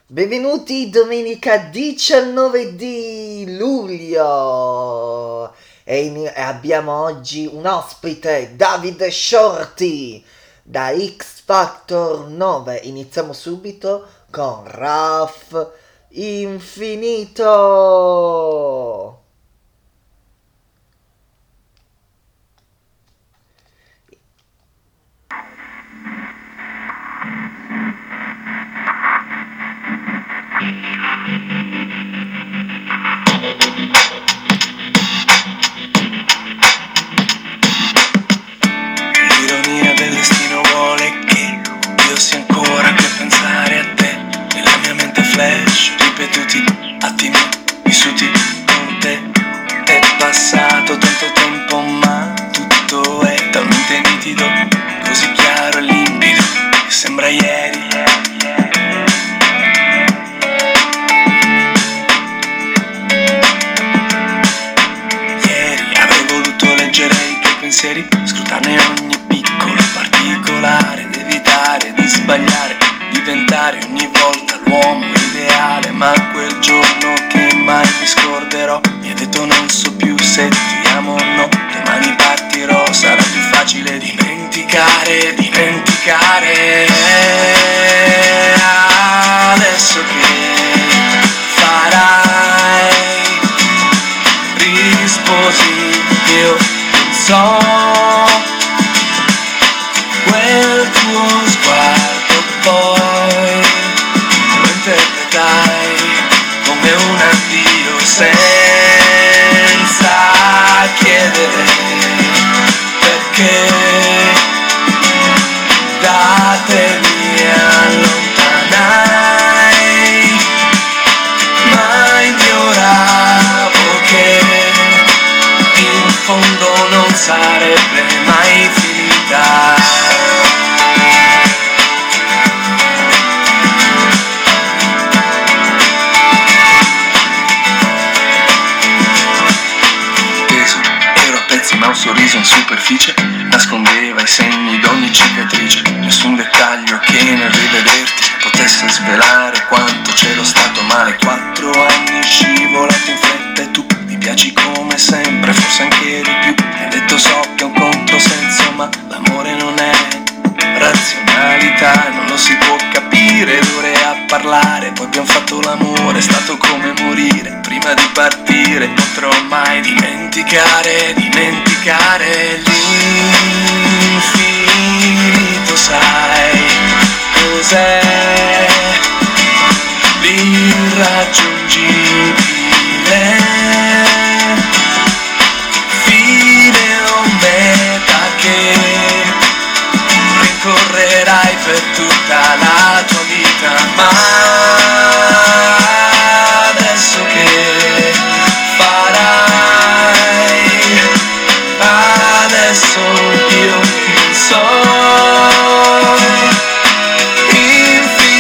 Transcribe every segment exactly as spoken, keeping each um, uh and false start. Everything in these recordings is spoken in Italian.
Benvenuti domenica diciannove di luglio e, in- e abbiamo oggi un ospite, David Shorty da X Factor nove. Iniziamo subito con Raf Infinito. L'ironia del destino vuole che io sia ancora qui a pensare a te. Nella mia mente flash, ripetuti attimi vissuti con te. È passato tanto tempo ma tutto è talmente nitido, così chiaro e limpido, che sembra ieri. Ieri avrei voluto leggere i tuoi pensieri, scrutarne ogni piccolo particolare, ed evitare di sbagliare, diventare ogni volta l'uomo ideale. Ma quel giorno che mai mi scorderò mi ha detto non so più se ti amo o no. Domani partirò, sarà più facile dimenticare, dimenticare. Adesso che farai? Risposi, io non so. Quel tuo sguardo poi lo interpretai come un addio senza chiedere perché. Da te mi allontanai, ma ignoravo che in fondo non sarebbe mai finita. Teso, ero a pezzi ma un sorriso in superficie nascondeva i segni d'ogni cicatrice. Nessun dettaglio che nel rivederti potesse svelare quanto c'ero stato male. Quattro anni scivolati in fretta e tu mi piaci come sempre, forse anche di più. Mi hai detto so che è un controsenso, ma l'amore non è razionalità, non lo si può capire, d'ore a parlare. Poi abbiamo fatto l'amore, è stato come morire prima di partire. Non potrò mai dimenticare, dimenticare l'infinito. Sai cos'è? L'irraggiungibile, fine o meta che ricorrerai per tutta la tua vita. Ma adesso che farai? Adesso io non so. Infinito.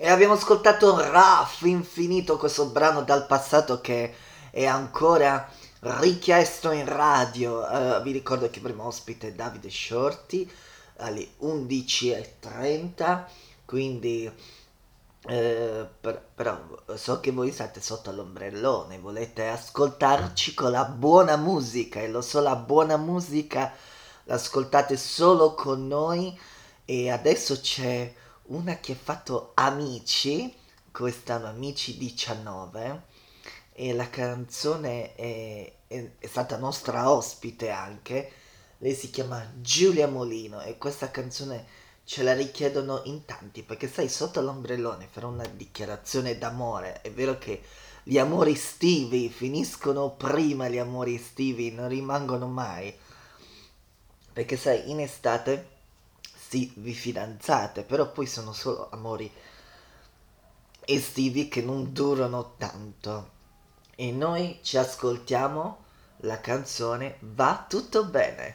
E abbiamo ascoltato Raf Infinito, questo brano dal passato che è ancora richiesto in radio. Uh, vi ricordo che primo ospite è Davide Shorty alle undici e trenta, quindi eh, per, però so che voi state sotto l'ombrellone, volete ascoltarci con la buona musica, e lo so, la buona musica l'ascoltate solo con noi. E adesso c'è una che ha fatto Amici, quest'anno Amici diciannove, e la canzone è, è, è stata nostra ospite anche. Lei si chiama Giulia Molino e questa canzone ce la richiedono in tanti, perché sai, sotto l'ombrellone farò una dichiarazione d'amore. È vero che gli amori estivi finiscono prima, gli amori estivi non rimangono mai, perché sai, in estate sì, vi fidanzate, però poi sono solo amori estivi che non durano tanto. E noi ci ascoltiamo la canzone Va tutto bene.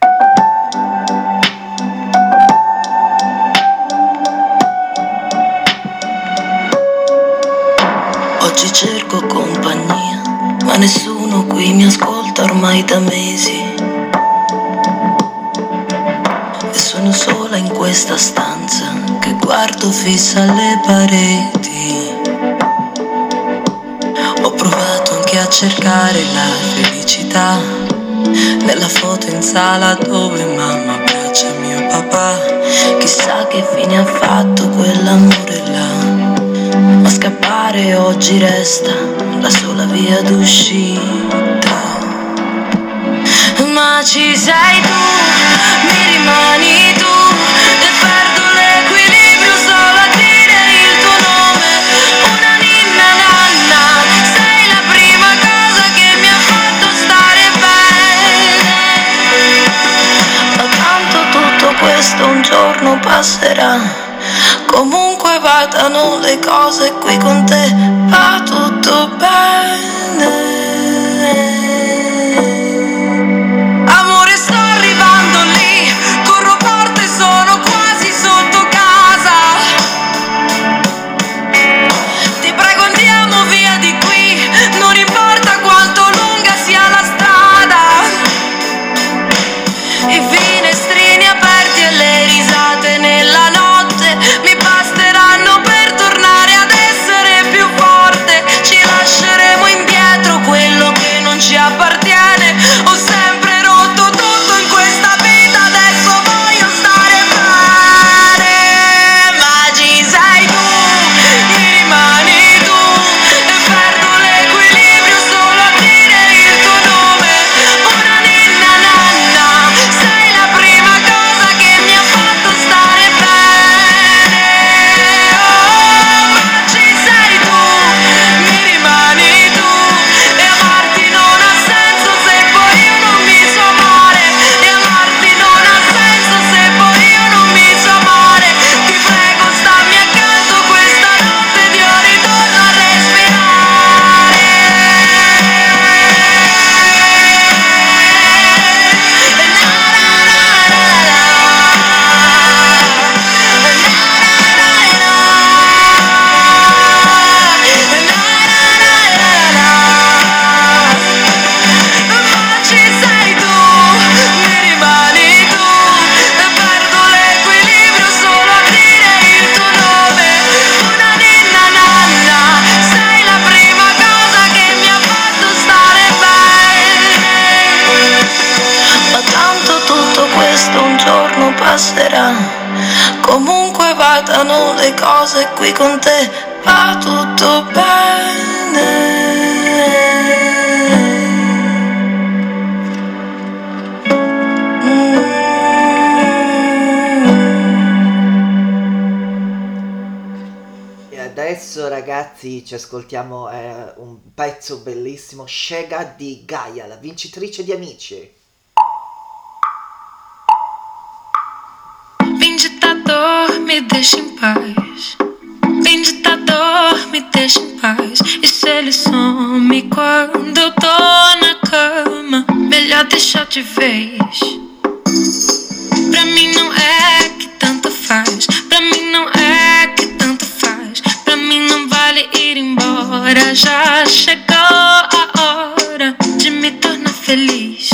Oggi cerco compagnia, ma nessuno qui mi ascolta ormai da mesi. E sono sola in questa stanza che guardo fissa alle pareti. Ho provato anche a cercare la felicità nella foto in sala dove mamma abbraccia mio papà. Chissà che fine ha fatto quell'amore là, ma scappare oggi resta la sola via d'uscita. Ma ci sei tu, mi rimani tu, e perdo l'equilibrio solo a dire il tuo nome. Una ninna nanna, sei la prima cosa che mi ha fatto stare bene. Ma tanto tutto questo un giorno passerà, comunque vadano le cose qui con te, va tutto bene. Amore, sto arrivando lì, corro forte, sono quasi sotto casa. Ti prego andiamo via di qui, non importa quanto lunga sia la strada. I finestrini aperti e le risate nella notte mi basteranno per tornare ad essere più forte. Ci lasceremo indietro quello che non ci appartiene. Ho sempre rotto tutto in questa vita, adesso voglio stare bene. Ma ci sei tu, mi rimani tu, e perdo l'equilibrio solo a dire il tuo nome. Una ninna nanna, sei la prima cosa che mi ha fatto stare bene. Oh, ma ci sei tu, mi rimani tu, e amarti non ha senso se poi io non mi so amare. E amarti non ha senso se poi io non mi so amare. Ti prego stammi accanto questa notte, Dio ritorno a respirare. E na na na na na. Ma ci sei tu, mi rimani tu, e perdo l'equilibrio solo a dire il tuo nome. Una ninna nanna, sei la prima cosa che mi ha fatto stare bene. Ma tanto tutto questo un giorno passerà, comunque vadano le cose qui con te, va tutto bene. E adesso ragazzi ci ascoltiamo eh, un pezzo bellissimo, Scega di Gaia, la vincitrice di Amici. Vingetador, me deixa em paz. Vingetador, me deixa em paz. E se ele some quando eu tô na cama, melhor deixar de vez. Pra mim não é que tanto faz, pra mim não é que tanto faz, pra mim chegou a hora de me tornar feliz.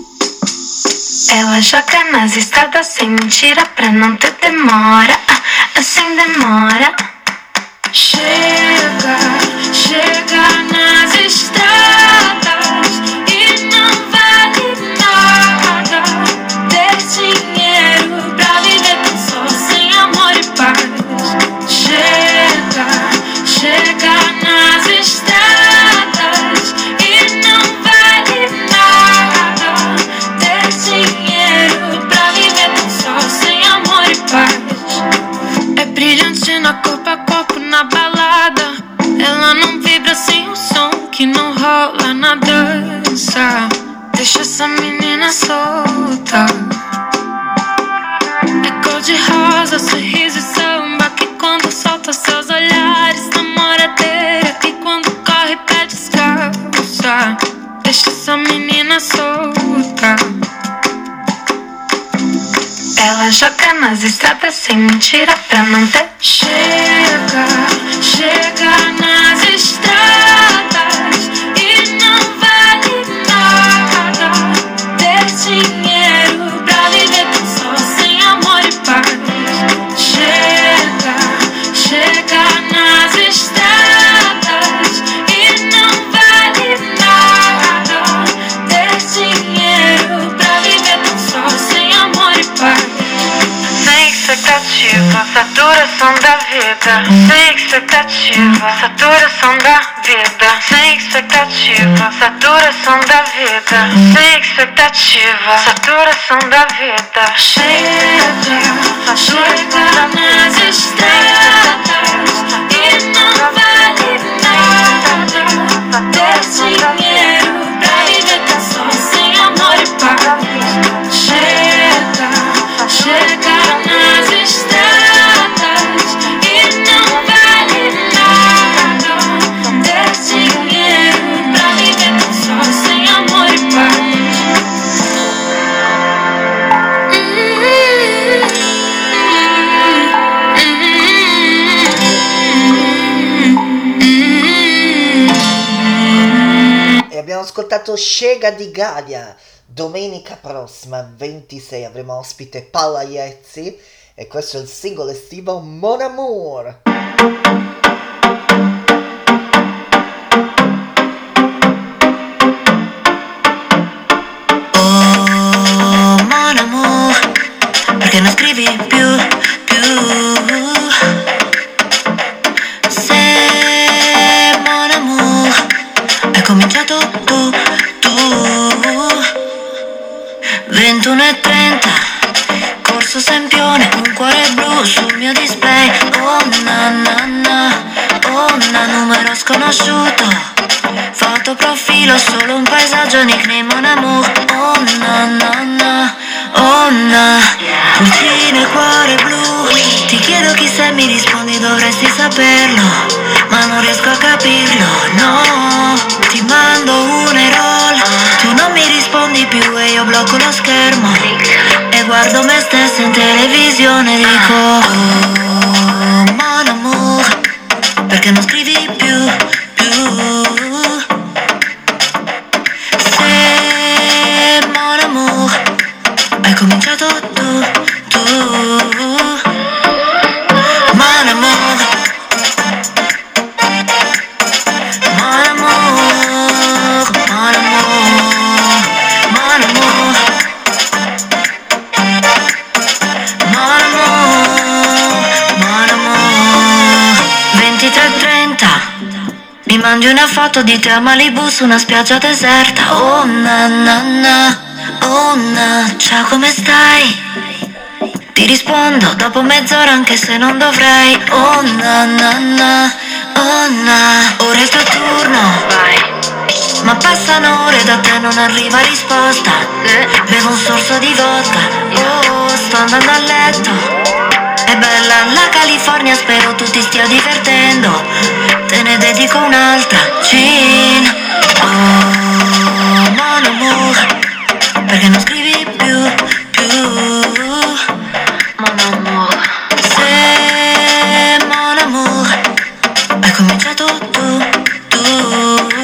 Ela joga nas estradas sem mentira pra não ter demora, sem demora. Chega, chega nas estradas e não vale nada ter dinheiro pra viver tão só sem amor e paz. Chega, chega nas estradas e não vale nada ter dinheiro pra viver tão só sem amor e paz. É brilhante na corpo a corpo na balada. Ela não vibra sem o som que não rola na dança. Deixa essa menina solta. É cor de rosa, sorriso e samba que quando solta seus olhares namoradeira que quando corre pé descalça. Deixa essa menina solta. Ela joga nas estradas sem mentira pra não ter. Chega, chega nas estradas e não vale nada ter dinheiro pra viver tão só sem amor e paz. Chega, chega nas estradas e não vale nada ter dinheiro pra viver tão só sem amor e paz. Sem expectativa, saturação da vida. Sem expectativa, saturação da vida. Sem expectativa, saturação da vida. Sem expectativa, saturação da vida. Chega, chega nas estradas e não vale nada ter dinheiro pra viver tão só sem amor e paz. Chega, chega nas estradas e não vale nada ter dinheiro pra viver tão só sem amor e paz. E abbiamo ascoltato Chega di Gaia. Domenica prossima, ventisei, avremo ospite Paola Iezzi e questo è il singolo estivo Mon Amour. Oh, mon amour, perché non scrivi più, più? Se mon amour, hai cominciato tu, tu. ventuno e trenta, corso Sempione, un cuore blu sul mio display. Oh na na na, oh na, numero sconosciuto, foto profilo, solo un paesaggio, nickname mon amour. Oh na na na, oh na, pulsino e cuore blu. Ti chiedo chi sei, mi rispondi dovresti saperlo, ma non riesco a capirlo, no. Ti mando un e-roll, tu non mi rispondi più e io blocco lo schermo e guardo me stessa in televisione. Dico oh mon amour, perché non scrivi più, più? Se mon amour, hai cominciato tu, tu. Mon amour, mon amour, mon amour, mon amour, mon amour, mon amour. ventitré e trenta, mi mandi una foto di te a Malibu su una spiaggia deserta. Oh na na na, oh na, ciao come stai? Ti rispondo dopo mezz'ora anche se non dovrei. Oh na na na, oh na, ora è il tuo turno, vai. Ma passano ore, da te non arriva risposta. Bevo un sorso di vodka, oh, sto andando a letto. È bella la California, spero tu ti stia divertendo. Te ne dedico un'altra, Cin. Oh, mon amour, perché non scrivi più, più? Mon amour, se mon amour, hai cominciato tu, tu.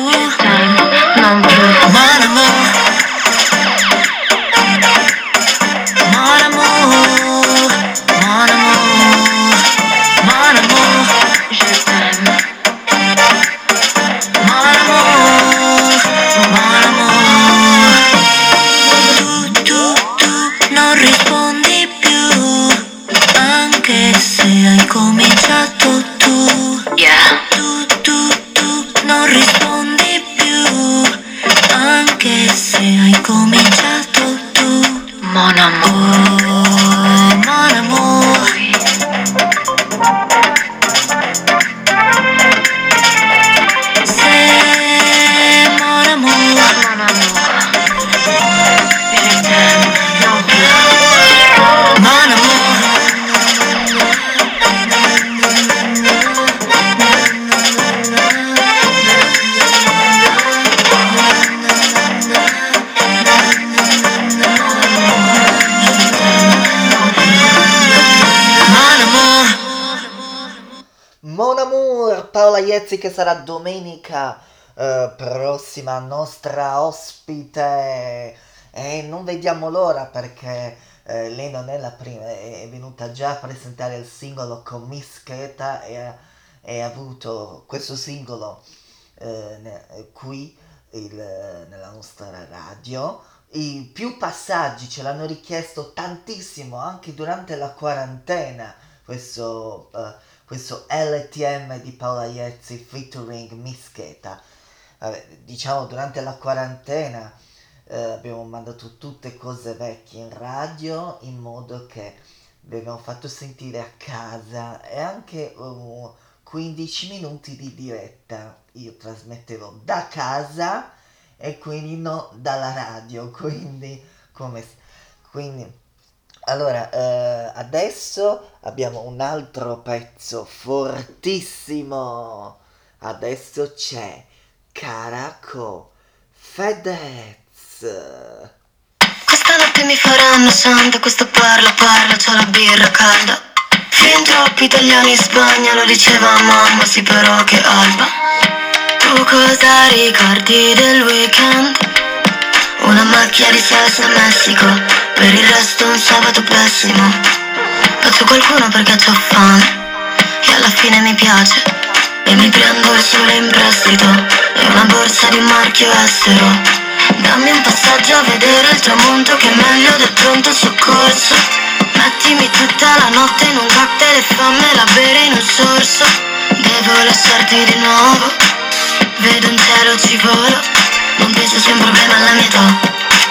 Anche se hai cominciato tu, yeah. Tu, tu, tu non rispondi più. Anche se hai cominciato tu, mon amour, oh, mon amour. C'est mon amour, mon amour. Mon amour. Mon amour, Paola Iezzi, che sarà domenica eh, prossima nostra ospite, e non vediamo l'ora perché eh, lei non è la prima, è, è venuta già a presentare il singolo con Miss Cheta e ha, e ha avuto questo singolo eh, ne- qui il- nella nostra radio. I più passaggi ce l'hanno richiesto tantissimo anche durante la quarantena, questo, eh, questo L T M di Paola Iezzi featuring Miss Cheta. Vabbè, diciamo durante la quarantena eh, abbiamo mandato tutte cose vecchie in radio in modo che vi abbiamo fatto sentire a casa, e anche uh, quindici minuti di diretta io trasmettevo da casa e quindi no dalla radio, quindi come quindi allora eh, adesso abbiamo un altro pezzo fortissimo. Adesso c'è Caraco Fedez. Questa notte mi faranno santa, questo parla parla, c'ho la birra calda. Fin troppi italiani in Spagna, lo diceva mamma, sì però che alba. Tu cosa ricordi del weekend? Una macchia di salsa a Messico, per il resto un sabato pessimo. Faccio qualcuno perché c'ho fame e alla fine mi piace, e mi prendo il sole in prestito e una borsa di un marchio estero. Dammi un passaggio a vedere il tramonto che è meglio del pronto soccorso. Mettimi tutta la notte in un cocktail e fammela bere in un sorso. Devo lasciarti di nuovo, vedo un cielo ci volo. Non penso sia un problema alla mia età.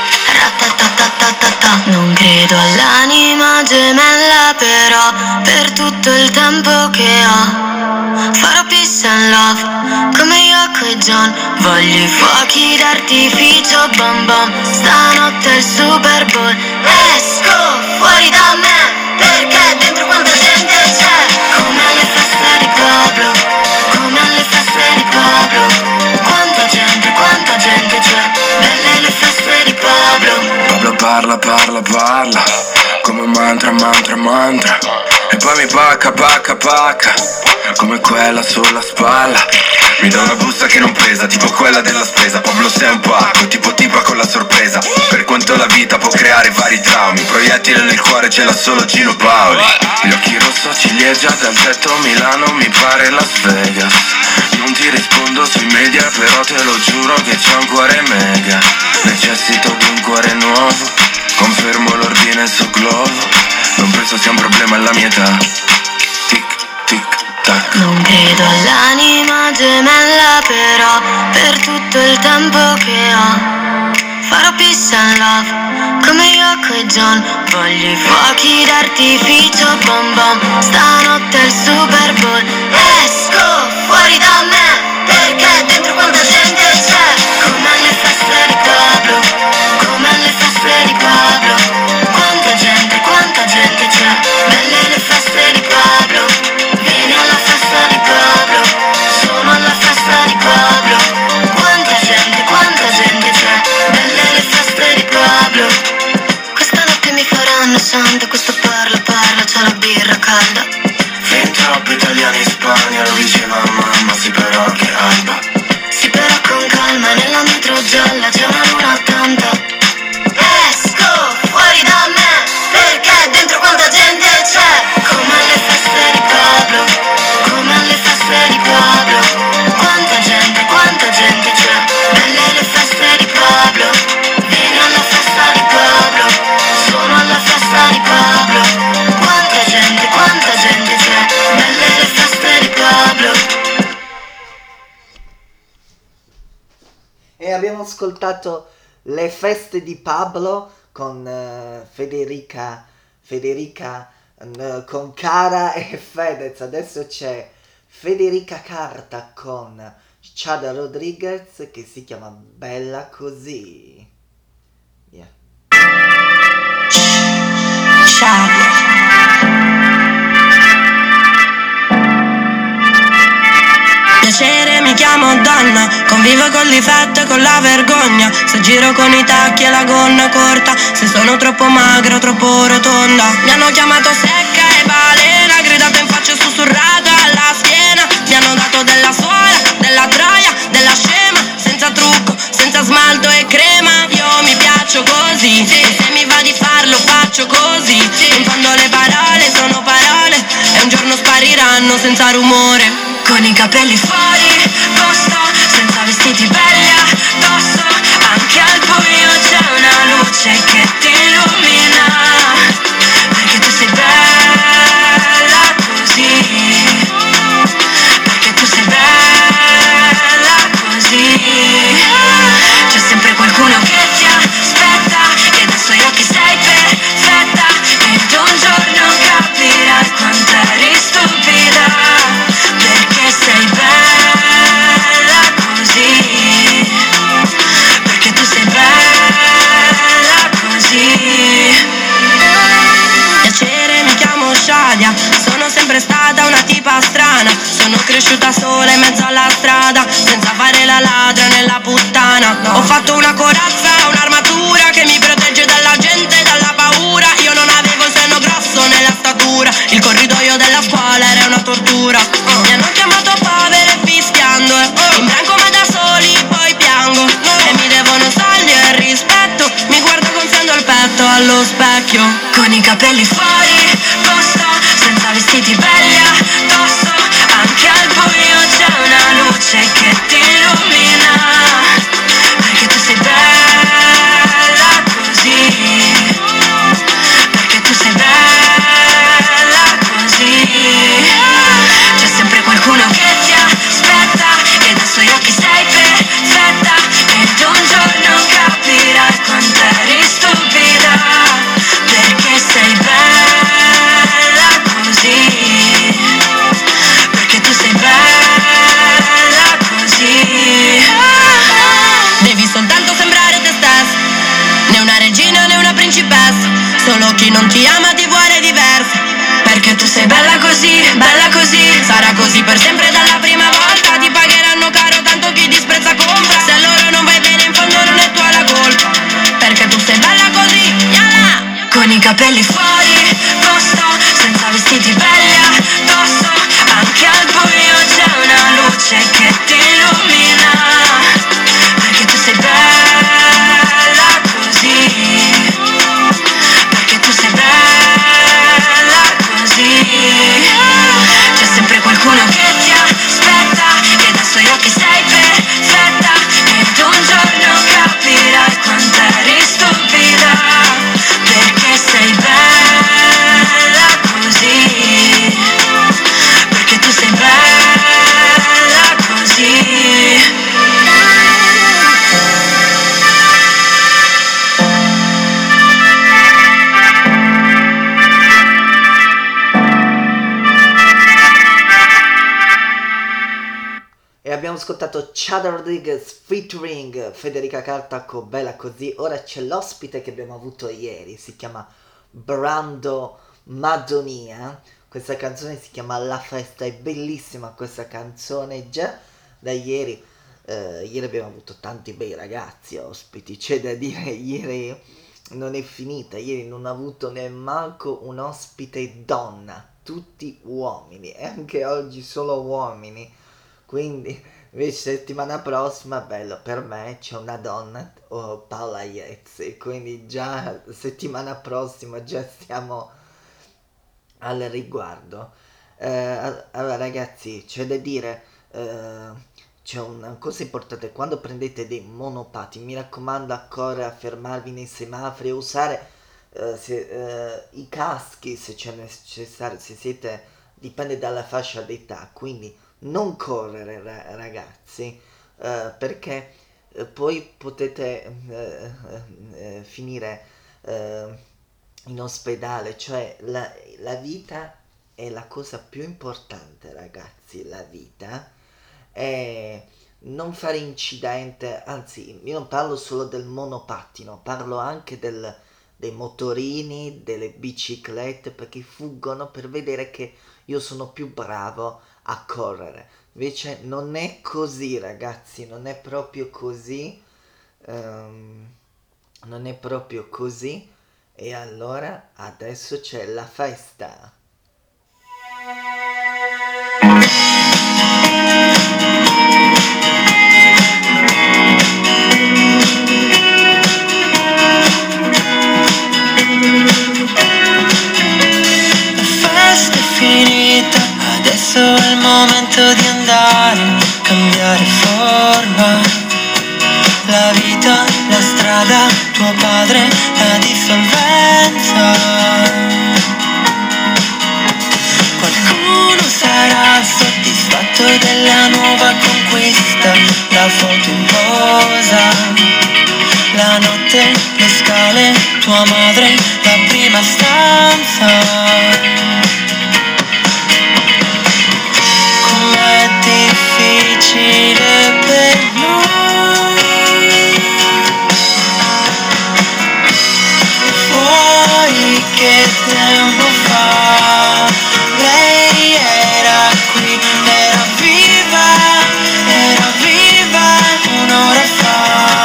Ratatatatata. Non credo all'anima gemella, però per tutto il tempo che ho farò peace and love come Yoko e John. Voglio i fuochi d'artificio bam bam. Stanotte è il Super Bowl. Esco fuori da me perché dentro quanta gente c'è. Come alle feste di Pablo, come alle feste di Pablo. Quanta gente, quanta gente c'è. Belle le feste di Pablo. Pablo parla, parla, parla come mantra, mantra, mantra. E poi mi pacca, pacca, pacca come quella sulla spalla. Mi dà una busta che non pesa, tipo quella della spesa. Pablo sei un pacco, tipo tipa con la sorpresa. Per quanto la vita può creare vari traumi, proiettile nel cuore ce l'ha solo Gino Paoli. Gli occhi rosso ciliegia dal tetto Milano, mi pare Las Vegas. Non ti rispondo sui media, però te lo giuro che c'ho un cuore mega. Necessito di un cuore nuovo, confermo l'ordine sul globo. Non penso sia un problema alla mia età. Tic, tic, tac. Non credo all'anima gemella, però per tutto il tempo che ho farò peace and love come Yoko e John. Voglio i fuochi d'artificio bam bam. Stanotte è il Super Bowl. Esco fuori da me perché dentro quanta gente c'è. Come alle feste di Pablo, come alle feste di Pablo. Quanta gente, quanta gente c'è. Belle le feste di Pablo. Vieni alla festa di Pablo. Sono alla festa di Pablo. Quanta gente, quanta gente c'è. Belle le feste di Pablo. Questa notte mi faranno santa, questo parla parla, c'ho la birra calda. Fin troppi italiani in Spagna, lo diceva mamma, sì però che alba. Sì però con calma, nella metro gialla c'è una luna tanta. Esco fuori da me perché dentro quanta gente c'è. Come alle feste di Pablo, come alle feste di Pablo. Quanta gente, quanta gente c'è. Belle le feste di Pablo. Vieni alla festa di Pablo. Sono alla festa di Pablo. Quanta gente, quanta gente. ascoltato Le feste di Pablo con uh, Federica, Federica uh, con Cara e Fedez. Adesso c'è Federica Carta con Chada Rodriguez che si chiama Bella Così. Yeah. Piacere, mi chiamo donna, convivo col difetto e con la vergogna. Se giro con i tacchi e la gonna corta, se sono troppo magra o troppo rotonda. Mi hanno chiamato secca e balena, gridato in faccia e sussurrato alla schiena. Mi hanno dato della suola, della troia, della scema, senza trucco, senza smalto e crema. Io mi piaccio così, e se mi va di farlo faccio così. In fondo le parole sono parole, e un giorno spariranno senza rumore. Con i capelli fuori posto, senza vestiti belli addosso, anche al buio c'è una luce che ti illumina, perché tu sei bella così, perché tu sei bella così. C'è sempre qualcuno che ti aspetta, e nei suoi occhi sei perfetta, ed un giorno capirai quanto eri stupida. Sei bella così, perché tu sei bella così. Piacere, mi chiamo Shadia, sono sempre stata una tipa strana. Sono cresciuta sola in mezzo alla strada, senza fare la ladra nella puttana. Ho fatto una corazza, un'armatura che mi protegge dalla gente e dalla paura. Io non avevo il seno grosso nella statura, il corridoio della scuola era una tortura. Mi hanno chiamato povera e fischiando, in branco ma da soli poi piango. E mi devono soldi e rispetto, mi guardo gonfiando il petto allo specchio. Con i capelli fuori posto, senza vestiti belli addosso, anche al buio c'è una luce che ti illumina, perché tu sei bella così, perché tu sei bella così. C'è sempre qualcuno che ti aspetta, e dai suoi occhi sei perfetta, ed un giorno capirai quanto eri stupida, perché sei bella così, perché tu sei bella così. Devi soltanto sembrare te stessa, né una regina né una principessa, solo chi non ti ama ti vuole diversa, perché tu sei bella così, bella così. Sarà così per sempre dalla prima volta, ti pagheranno caro tanto chi disprezza compra. Se a loro non vai bene in fondo non è tua la colpa, perché tu sei bella così, yala! Con i capelli fuori posto, senza vestiti belli addosso, anche al buio c'è una luce che ti illumina, perché tu sei bella così, perché tu sei bella così. C'è sempre qualcuno che ti aspetta, e dai suoi occhi sei perfetta, ed un giorno capirai quanto eri stupida, perché sei bella così, perché tu sei bella così. E abbiamo ascoltato Chada Rodriguez featuring Federica Carta con Bella Così. Ora c'è l'ospite che abbiamo avuto ieri, si chiama Brando Madonia. Questa canzone si chiama La Festa, è bellissima questa canzone. Già da ieri, eh, ieri abbiamo avuto tanti bei ragazzi ospiti, c'è da dire, ieri non è finita, ieri non ho avuto neanche un ospite donna, tutti uomini, e anche oggi solo uomini. Quindi invece settimana prossima, bello, per me c'è una donna, oh, Paola Iezzi, quindi già settimana prossima già stiamo al riguardo. Eh, allora ragazzi, c'è da dire, eh, c'è una cosa importante: quando prendete dei monopati, mi raccomando ancora fermarvi nei semafori e usare eh, se, eh, i caschi se c'è necessario, se siete, dipende dalla fascia d'età, quindi non correre ragazzi, eh, perché eh, poi potete eh, eh, finire eh, in ospedale, cioè la, la vita è la cosa più importante, ragazzi, la vita. E non fare incidente, anzi, io non parlo solo del monopattino, parlo anche del, dei motorini, delle biciclette, perché fuggono per vedere che io sono più bravo a correre. Invece non è così, ragazzi, non è proprio così. Ehm, non è proprio così. E allora adesso c'è la festa. Adesso è il momento di andare, cambiare forma. La vita, la strada, tuo padre, la dissolvenza. Qualcuno sarà soddisfatto della nuova conquista. La foto in posa, la notte, le scale, tua madre, la prima stanza. Com'è difficile per noi, vuoi che tempo fa lei era qui, era viva, era viva un'ora fa.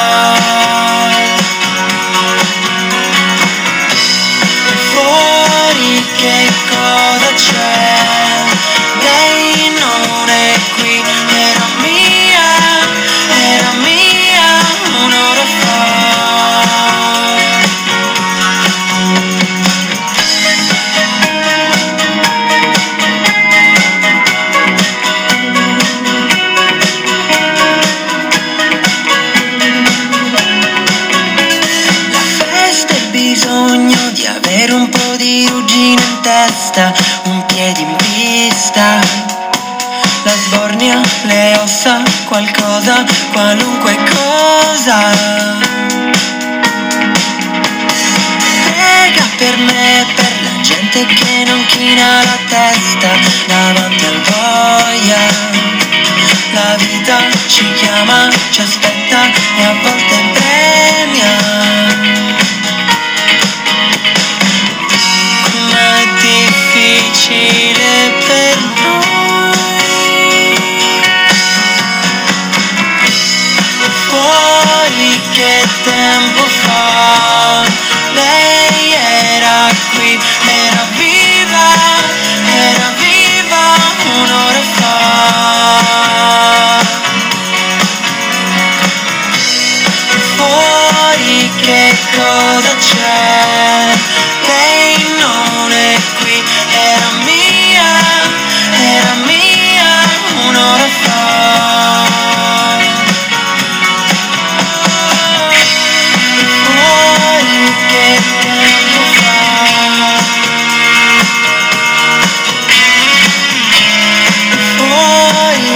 E fuori che cosa c'è? Lei non è qui, era mia, era mia un'ora fa. La festa è bisogno di avere un po' di ruggine in testa, un piede in pista, la sbornia, le ossa, qualcosa, qualunque cosa. Prega per me, per la gente che non china la testa davanti al boia. La vita ci chiama, ci aspetta e a volte premia. Com'è difficile per noi, fuori che tempo fa lei era qui, era viva, era viva un'ora fa. Fuori che cosa c'è? Lei non è qui, era mia, era mia un'ora fa. Fuori che tempo fa. Fuori.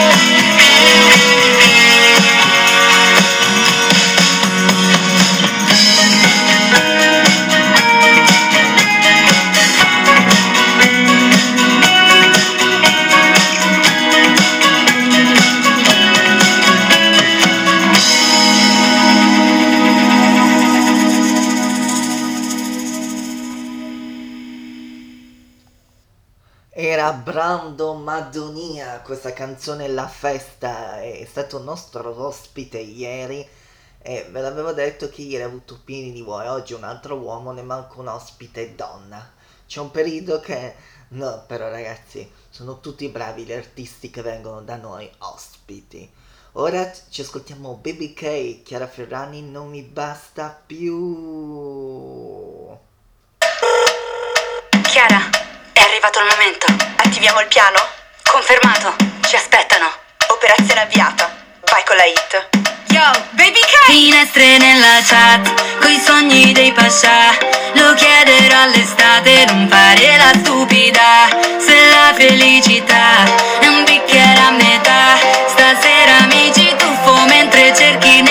Era Brando Madonia, questa canzone La Festa, è stato il nostro ospite ieri e ve l'avevo detto che ieri ha avuto pieni di voi, oggi un altro uomo, ne manca un ospite donna. C'è un periodo che... no, però ragazzi, sono tutti bravi gli artisti che vengono da noi ospiti. Ora ci ascoltiamo Baby K, Chiara Ferragni, Non mi basta più. Chiara, è arrivato il momento. Attiviamo il piano? Confermato. Ci aspettano. Operazione avviata. Vai con la hit. Yo, Baby K! Finestre nella chat, coi sogni dei pascià. Lo chiederò all'estate, non fare la stupida. Se la felicità è un bicchiere a metà, stasera mi ci tuffo mentre cerchi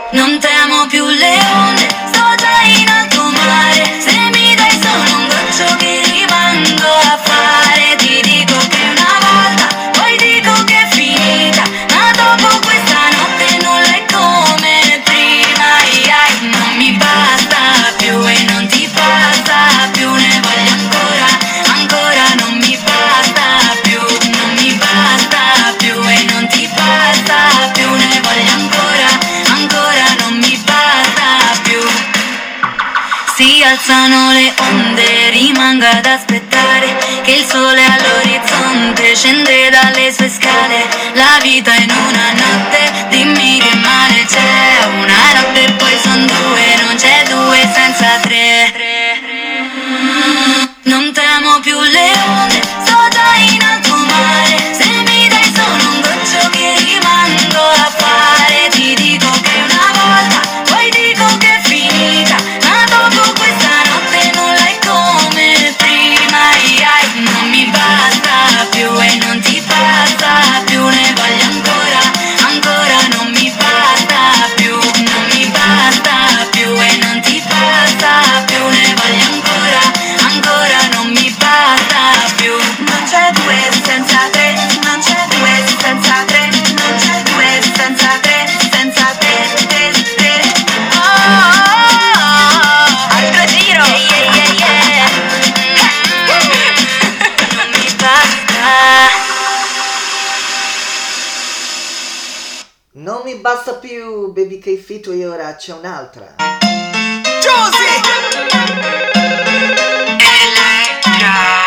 Non temo più le onde, sto già in alto mare. Se mi dai solo un goccio che rimango a fare. Ti dico che una volta, poi dico che è finita, ma dopo questa notte nulla è come prima. Ai ai, non mi basta più e non ti basta più, ne voglio ancora, ancora. Non mi basta più, non mi basta più e non ti basta più, ne voglio ancora, ancora. Non mi basta più. Si alzano le onde, rimango ad aspettare che il sole all'orizzonte scende dalle sue scale. La vita in una notte, dimmi che male c'è. Una notte e poi son due, non c'è due senza tre. Non temo più le onde, sto già in alto mare. Se mi dai solo un goccio che rimango a fare. Ti dico che una volta, poi dico che è finita, ma dopo questa notte nulla è come prima. Ai ai, non mi basta più e non ti basta più, ne voglio ancora, ancora. Non mi basta più, non mi basta più e non ti basta più, ne voglio ancora, ancora. Non mi basta più. Non c'è due senza tre, non c'è due senza tre, non c'è due senza tre, senza te, te, te. Oh, oh, oh. Altro giro, yeah, yeah, yeah. Non mi basta. Non mi basta più, Baby K Fito, e ora c'è un'altra. Elettra,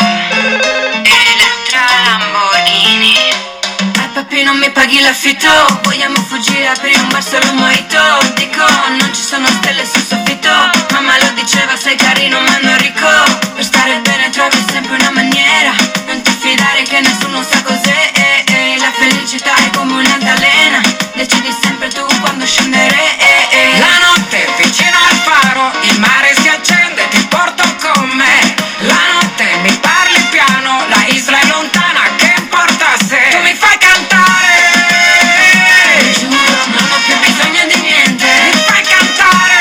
Elettra Lamborghini. Ai papi non mi paghi l'affitto, vogliamo fuggire, aprire un bar solo mojito. Dico, non ci sono stelle sul soffitto, mamma lo diceva, sei carino ma non ricco. Per stare bene trovi sempre una maniera, non ti fidare che nessuno sa cos'è. eh, eh. La felicità è come un'altalena, decidi sempre tu quando scendere. eh, eh. La notte vicino al faro, il mare si accende, ti porto con me. La notte mi parli piano, la isla è lontana, che importa se tu mi fai cantare. Giuro, non ho più bisogno di niente. Mi fai cantare.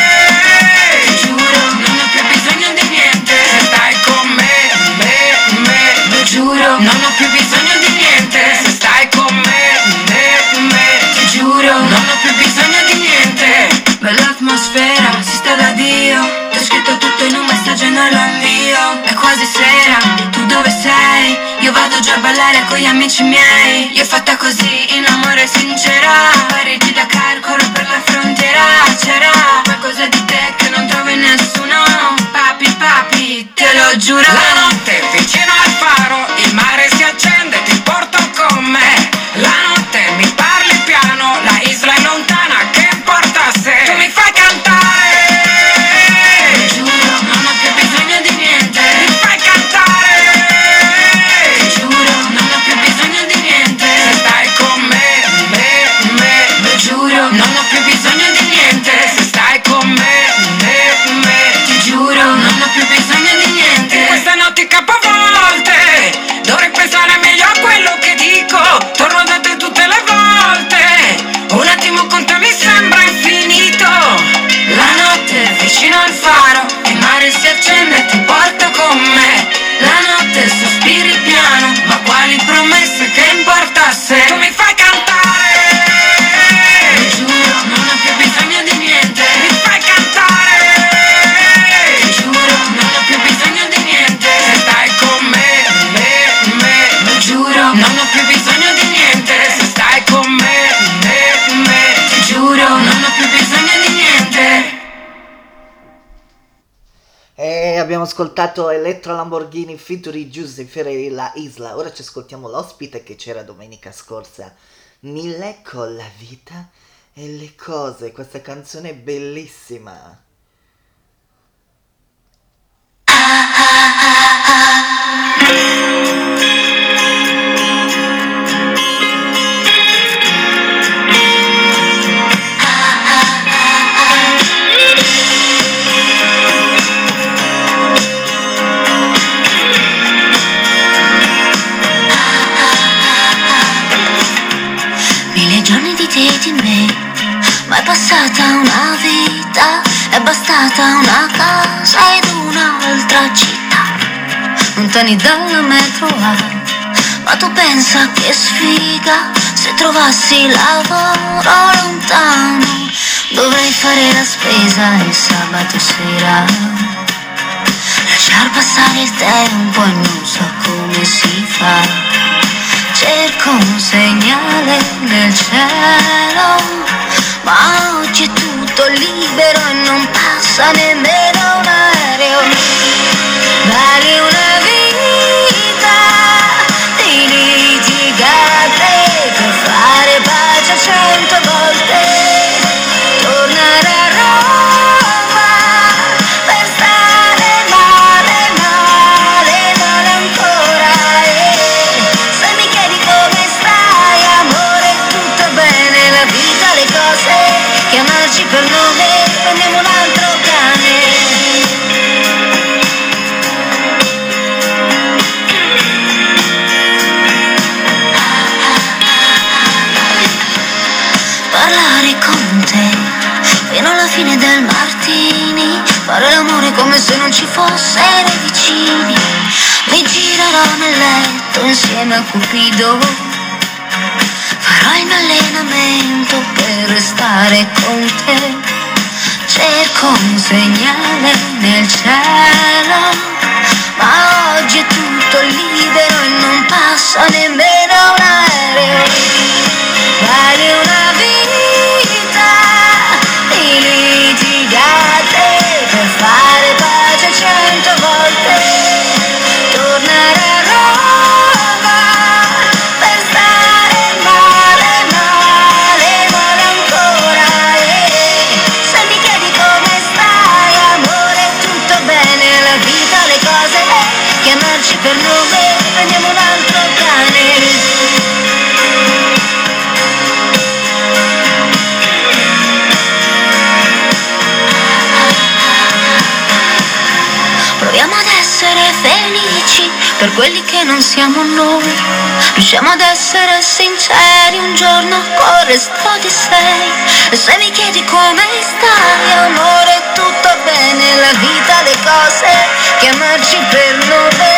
Giuro, non ho più bisogno di niente. Se stai con me, me, me. Lo giuro, non ho più bisogno di niente. Se stai con me, me, me. Ti giuro, non ho più bisogno di niente. Bella atmosfera, si sta da Dio. Ti ho scritto tutto in un messaggio e non lo invio. È quasi sera, tu dove sei? Io vado già a ballare con gli amici miei. Io fatta così, in amore sincera. Parigi da Dakar, corro per la frontiera. C'era qualcosa di te che non trovo in nessuno. Papi, papi, te lo giuro. La notte vicino al faro, il mare si accende, ti porto con me. La notte mi parli piano, la isla è lontana, che importa se tu mi fai cantare. Giuro, non ho più bisogno di niente. Mi fai cantare. Giuro, non ho più bisogno di niente. Se stai con me, me, me. Lo giuro, non ho più bisogno di niente. Se stai con me, me, me. Ti giuro, non ho più bisogno di niente. In queste notti capovolte dovrei pensare meglio a quello che dico. Torno da te tutte le volte, un attimo con te mi sembra infinito. La notte è vicino al faro, il mare si accende e ti porto con me. La notte sospiri piano, ma quali promesse, che importa se Tu mi fai cantare. Lo giuro, non ho più bisogno di niente. Mi fai cantare. Giuro, non ho più bisogno di niente. Se stai con me, me, me. Lo giuro, non ho più bisogno di niente. Se stai con me, me, me. Ti giuro, non ho più bisogno di niente. E abbiamo ascoltato Elettra Lamborghini featuring Giuseppe La Isla. Ora ci ascoltiamo l'ospite che c'era domenica scorsa, Mille con la vita e le cose. Questa canzone è bellissima. Mille giorni di te e di me, ma è passata una vita, è bastata una casa ed un'altra città, lontani dalla metro A. Ma tu pensa che sfiga, se trovassi lavoro lontano, dovrei fare la spesa il sabato sera, lasciar passare il tempo e non so come si fa. Cerco un segnale nel cielo, ma oggi è tutto libero e non passa nemmeno un aereo. Vale una vita di litigate per fare pace cento volte, tornare a Roma per stare male, male, male ancora. E se mi chiedi come stai, amore, tutto bene, la vita, le cose, chiamarci per nome, prendiamo un altro cane. Parlare con te fino alla fine del martini, fare l'amore come se non ci fossero i vicini. Mi girerò nel letto insieme a Cupido, farò il mio allenamento per restare con te. Cerco un segnale nel cielo, ma oggi è tutto libero e non passa nemmeno un aereo. Vale una vita di litigate per fare pace cento volte, tornare a Roma per stare male, male, male ancora. E se mi chiedi come stai, amore, tutto bene, la vita, le cose, chiamarci per nome, prendiamo un altro cane. Proviamo ad essere felici per quelli che non siamo noi, riusciamo ad essere sinceri, un giorno col resto di sei. E se mi chiedi come stai, amore, tutto bene, la vita, le cose, chiamarci per nome.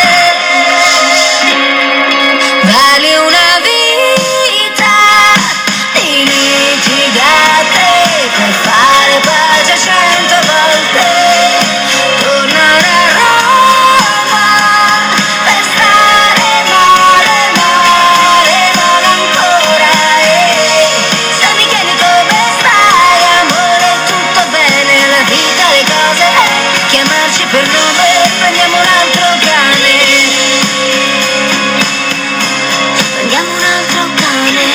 Vale una vita di litigate per fare pace cento volte, tornare a Roma per stare male, male, male ancora. E se mi chiedi come stai, amore, tutto bene, la vita, le cose, chiamarci per nome, prendiamo un altro cane. Prendiamo un altro cane.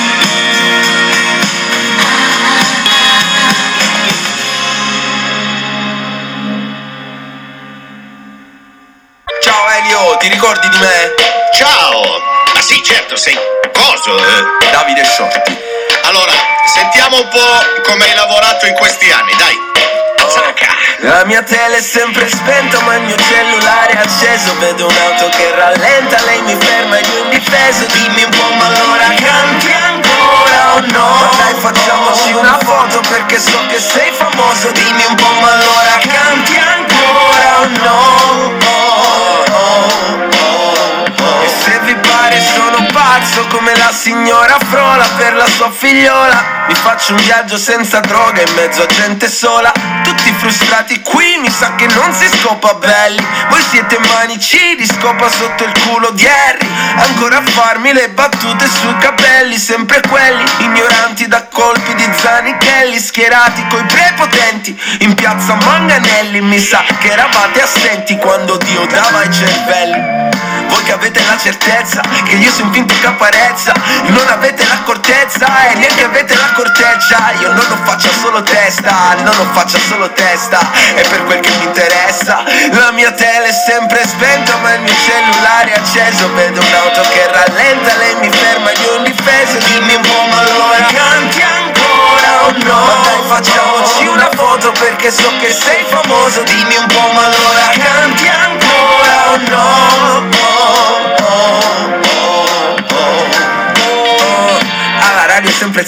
Ciao Elio, ti ricordi di me? Ciao! Ma sì, certo, sei coso, eh? Davide Shorty. Allora, sentiamo un po' come hai lavorato in questi anni, dai. Zacca. La mia tele è sempre spenta ma il mio cellulare è acceso. Vedo un'auto che rallenta, lei mi ferma e io indifeso. Dimmi un po', ma allora canti ancora o no? Ma dai, facciamoci una foto perché so che sei famoso. Dimmi un po', ma allora canti ancora o no? Oh, oh, oh, oh. E se vi pare sono pazzo come la signora Frola per la sua figliola. Mi faccio un viaggio senza droga in mezzo a gente sola. Tutti frustrati qui, mi sa che non si scopa belli. Voi siete manicidi, scopa sotto il culo di Harry. Ancora a farmi le battute sui capelli, sempre quelli ignoranti da colpi di zanichelli. Schierati coi prepotenti in piazza Manganelli. Mi sa che eravate assenti quando Dio dava i cervelli. Voi che avete la certezza che io sono finto caparezza, non avete l'accortezza e neanche avete la corteggia. Io non lo faccio solo testa, non lo faccio solo testa, è per quel che mi interessa. La mia tele è sempre spenta ma il mio cellulare è acceso. Vedo un'auto che rallenta, lei mi ferma e io indifeso. Dimmi un po', ma allora canti ancora o no? Ma dai, facciamoci una foto perché so che sei famoso. Dimmi un po', ma allora canti ancora o no? Oh, oh, oh, oh, oh. Alla radio è sempre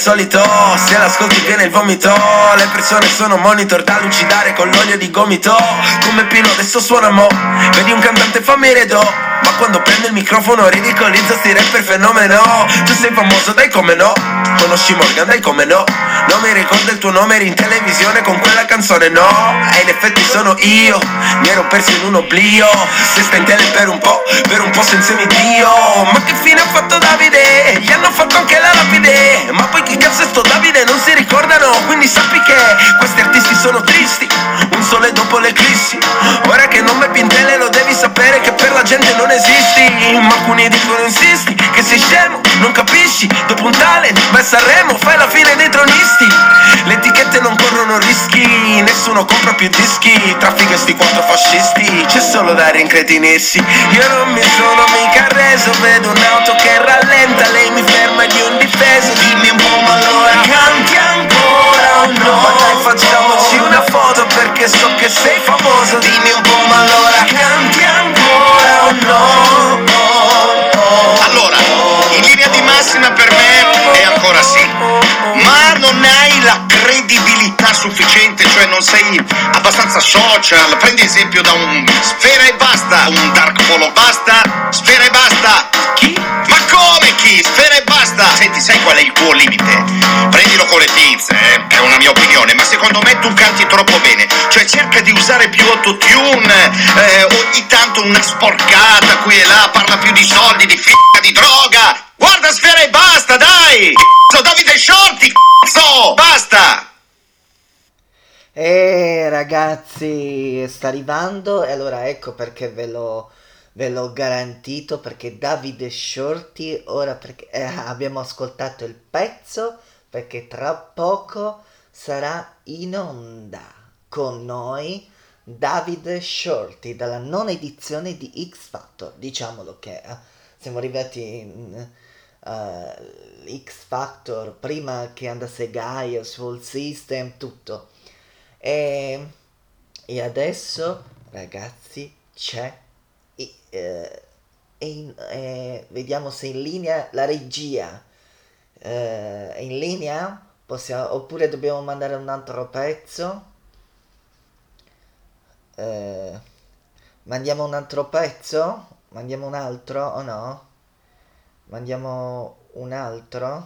solito, se l'ascolti viene il vomito. Le persone sono monitor da lucidare con l'olio di gomito. Come Pino adesso suona mo, vedi un cantante fa meredo, ma quando prende il microfono ridicolizza sti rapper fenomeno. Tu sei famoso, dai come no, conosci Morgan, dai come no. Non mi ricordo il tuo nome, eri in televisione con quella canzone, no. E in effetti sono io, mi ero perso in un oblio. Se sta in tele per un po', per un po' senza mi Dio. Ma che fine ha fatto Davide? Gli hanno fatto anche la lapide. Ma poi chi cazzo è sto Davide? Non si ricordano. Quindi sappi che questi artisti sono tristi, un sole dopo l'eclissi. Ora che non metti in tele lo devi sapere che per la gente non esisti. Ma alcuni dicono insisti, che sei scemo, non capisci. Dopo un talent, vai a Sanremo, fai la fine dei tronisti. Le etichette non corrono rischi, nessuno compra più dischi. Traffico e sti quattro fascisti, c'è solo da rincretinirsi. Io non mi sono mica reso, vedo un'auto che rallenta, lei mi ferma di un difeso. Dimmi un po', ma allora canti ancora o no? Ma dai, facciamoci una foto perché so che sei famoso. Dimmi un po', ma allora canti ancora o no? Allora, in linea di massima per me è ancora sì, ma non hai la credibilità sufficiente, cioè non sei abbastanza social. Prendi esempio da un Sfera e Basta, un Dark Polo Basta, Sfera e Basta. Chi? Ma come chi? Sfera e Basta. Senti, sai qual è il tuo limite? Prendilo con le pinze, eh? È una mia opinione, ma secondo me tu canti troppo bene. Cioè cerca di usare più autotune, eh, ogni tanto una sporcata qui e là, parla più di soldi, di f***a, di droga. Guarda Sfera e Basta, dai! Cazzo, Davide Shorty, cazzo, basta! Eh ragazzi, sta arrivando e allora ecco perché ve l'ho, ve l'ho garantito, perché Davide Shorty ora perché, eh, abbiamo ascoltato il pezzo, perché tra poco sarà in onda con noi Davide Shorty dalla nona edizione di X Factor. Diciamolo che eh, siamo arrivati in uh, X Factor prima che andasse Gaia, Soul System, tutto. E, e adesso ragazzi c'è e, eh, e in, eh, vediamo se è in linea la regia. Eh, è in linea? Possiamo, oppure dobbiamo mandare un altro pezzo? Eh, mandiamo un altro pezzo? Mandiamo un altro o no? Mandiamo un altro?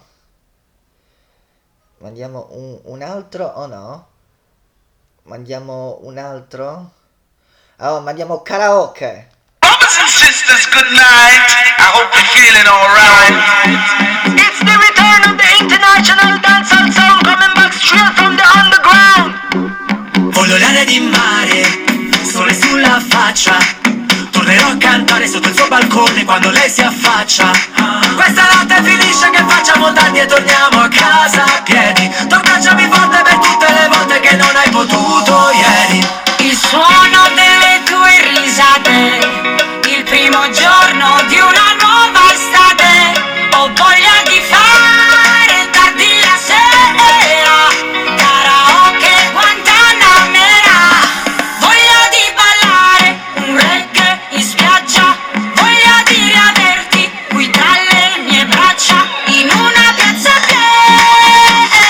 Mandiamo un, un altro o no? Mandiamo un altro? Oh, mandiamo karaoke! Brothers and sisters, good night. I hope you're feeling alright. It's the return of the international dancehall sound coming back straight from the underground. Voglio l'aria di mare, sole sulla faccia. Tornerò a cantare sotto il suo balcone quando lei si affaccia. Questa notte finisce che facciamo tardi e torniamo a casa a piedi. Tu abbracciami forte per tutte le volte che non hai potuto ieri. Il suono delle tue risate, il primo giorno di una nuova estate. Ho voglia di fare tardi la sera, karaoke Guantanamera. Voglia di ballare un reggae in spiaggia, voglia di riaverti qui tra le mie braccia in una piazza piena.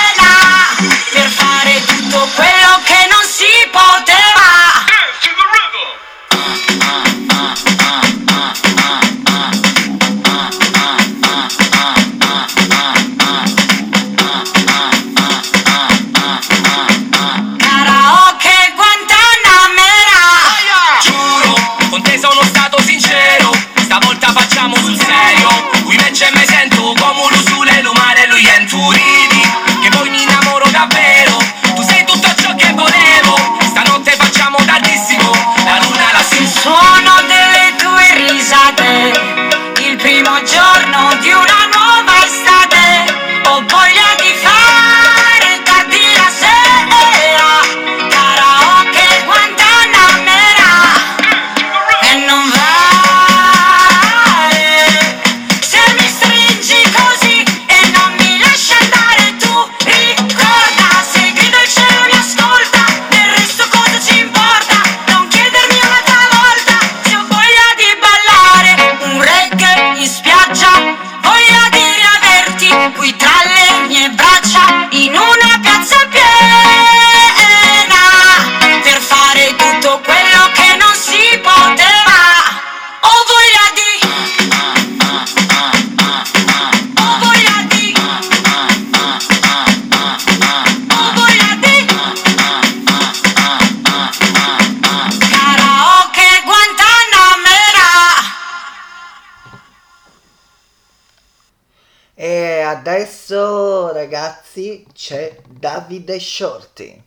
in una piazza piena per fare tutto quello che non si poteva. Ho voglia di, ho voglia di, ho voglia di karaoke Guantanamera. E adesso ragazzi c'è Davide Shorty.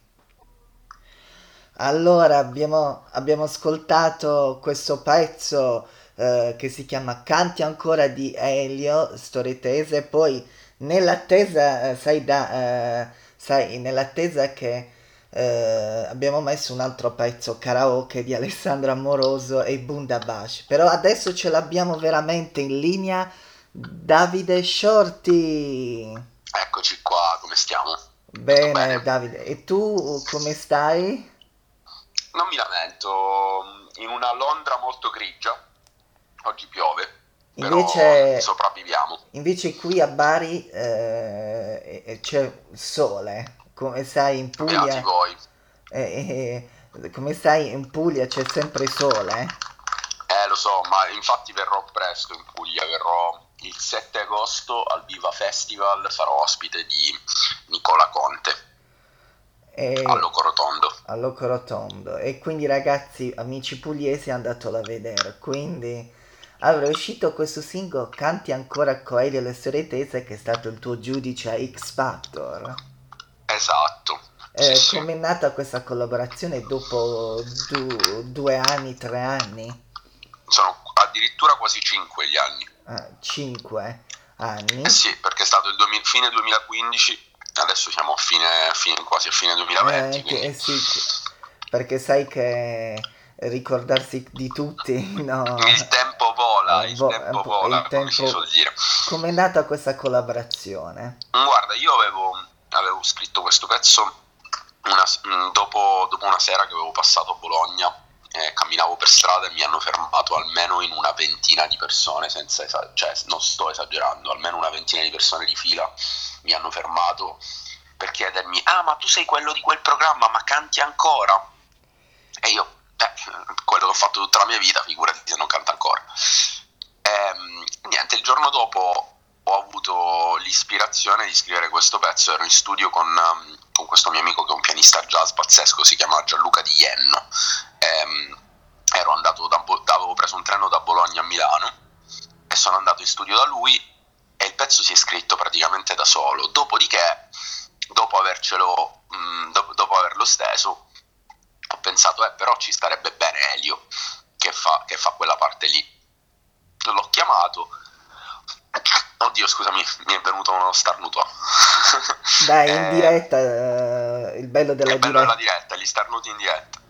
Allora abbiamo, abbiamo ascoltato questo pezzo eh, che si chiama Canti ancora di Elio Storitese, poi nell'attesa, eh, sai, da, eh, sai, nell'attesa che eh, abbiamo messo un altro pezzo karaoke di Alessandro Amoroso e Bundabash, però adesso ce l'abbiamo veramente in linea Davide Shorty. Eccoci qua, come stiamo? Bene, bene? Davide, e tu come stai? Non mi lamento, in una Londra molto grigia, oggi piove, però Invece, sopravviviamo. invece qui a Bari eh, eh, c'è sole, come sai in Beati Puglia, voi. eh, eh, come sai in Puglia c'è sempre sole. Eh, lo so, ma infatti verrò presto in Puglia, verrò il sette agosto al Viva Festival, sarò ospite di Nicola Conte, E a Locorotondo. a Locorotondo. E quindi ragazzi, amici pugliesi, andatelo a vedere. Quindi allora è uscito questo singolo Canti ancora con Elio Le Storitese, che è stato il tuo giudice a X Factor. Esatto. Eh, Sì, sì. com'è nata questa collaborazione dopo du- due anni, tre anni? Sono addirittura quasi cinque gli anni. Ah, cinque anni? Eh sì, perché è stato il duemila fine duemilaquindici, adesso siamo a fine, fine- quasi a fine duemilaventi, Eh, che- quindi eh sì, perché sai che ricordarsi di tutti, no? il tempo vola, Eh, il vo- tempo eh, vola, il come si tempo- suol dire. Com'è nata questa collaborazione? Guarda, io avevo, avevo scritto questo pezzo una s- mh, dopo, dopo una sera che avevo passato a Bologna, eh, camminavo per strada e mi hanno fermato almeno in una ventina di persone, senza esa- cioè non sto esagerando, almeno una ventina di persone di fila mi hanno fermato per chiedermi: ah, ma tu sei quello di quel programma, ma canti ancora? E io, eh, quello che ho fatto tutta la mia vita, figurati se non canto ancora. Ehm, niente, il giorno dopo ho avuto l'ispirazione di scrivere questo pezzo, ero in studio con, um, con questo mio amico che è un pianista jazz pazzesco, si chiama Gianluca Di Jenno. Ehm, ero andato da, Bo- avevo preso un treno da Bologna a Milano e sono andato in studio da lui e il pezzo si è scritto praticamente da solo. Dopodiché, dopo avercelo, mh, dopo, dopo averlo steso, ho pensato, eh, però ci starebbe bene Elio che fa, che fa quella parte lì. L'ho chiamato. Oddio, scusami, mi è venuto uno starnuto. Dai, in Eh, diretta, eh, il bello della il bello della diretta. diretta, gli starnuti in diretta.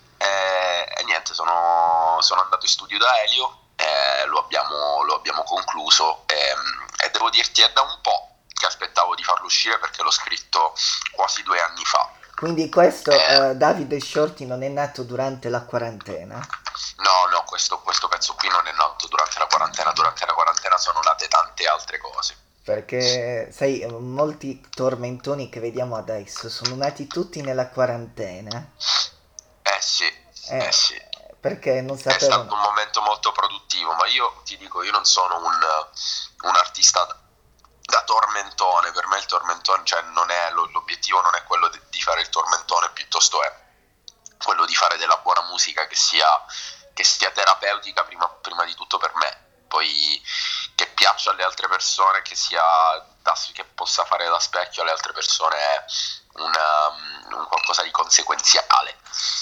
Eh, e niente, sono, sono andato in studio da Elio, eh, lo, abbiamo, lo abbiamo concluso e, e devo dirti è da un po' che aspettavo di farlo uscire perché l'ho scritto quasi due anni fa. Quindi questo Eh. eh, Davide Shorty non è nato durante la quarantena? No, no, questo, questo pezzo qui non è nato durante la quarantena, durante la quarantena sono nate tante altre cose. Perché, sai, molti tormentoni che vediamo adesso sono nati tutti nella quarantena. Eh sì, Eh, eh sì. Perché non È stato sapevano. un momento molto produttivo, ma io ti dico, io non sono un, un artista da, da tormentone, per me il tormentone, cioè non è, lo- l'obiettivo non è quello di, di fare il tormentone, piuttosto è quello di fare della buona musica che sia, che sia terapeutica prima, prima di tutto per me, poi che piaccia alle altre persone, che sia da- che possa fare da specchio alle altre persone è una- un qualcosa di conseguenziale.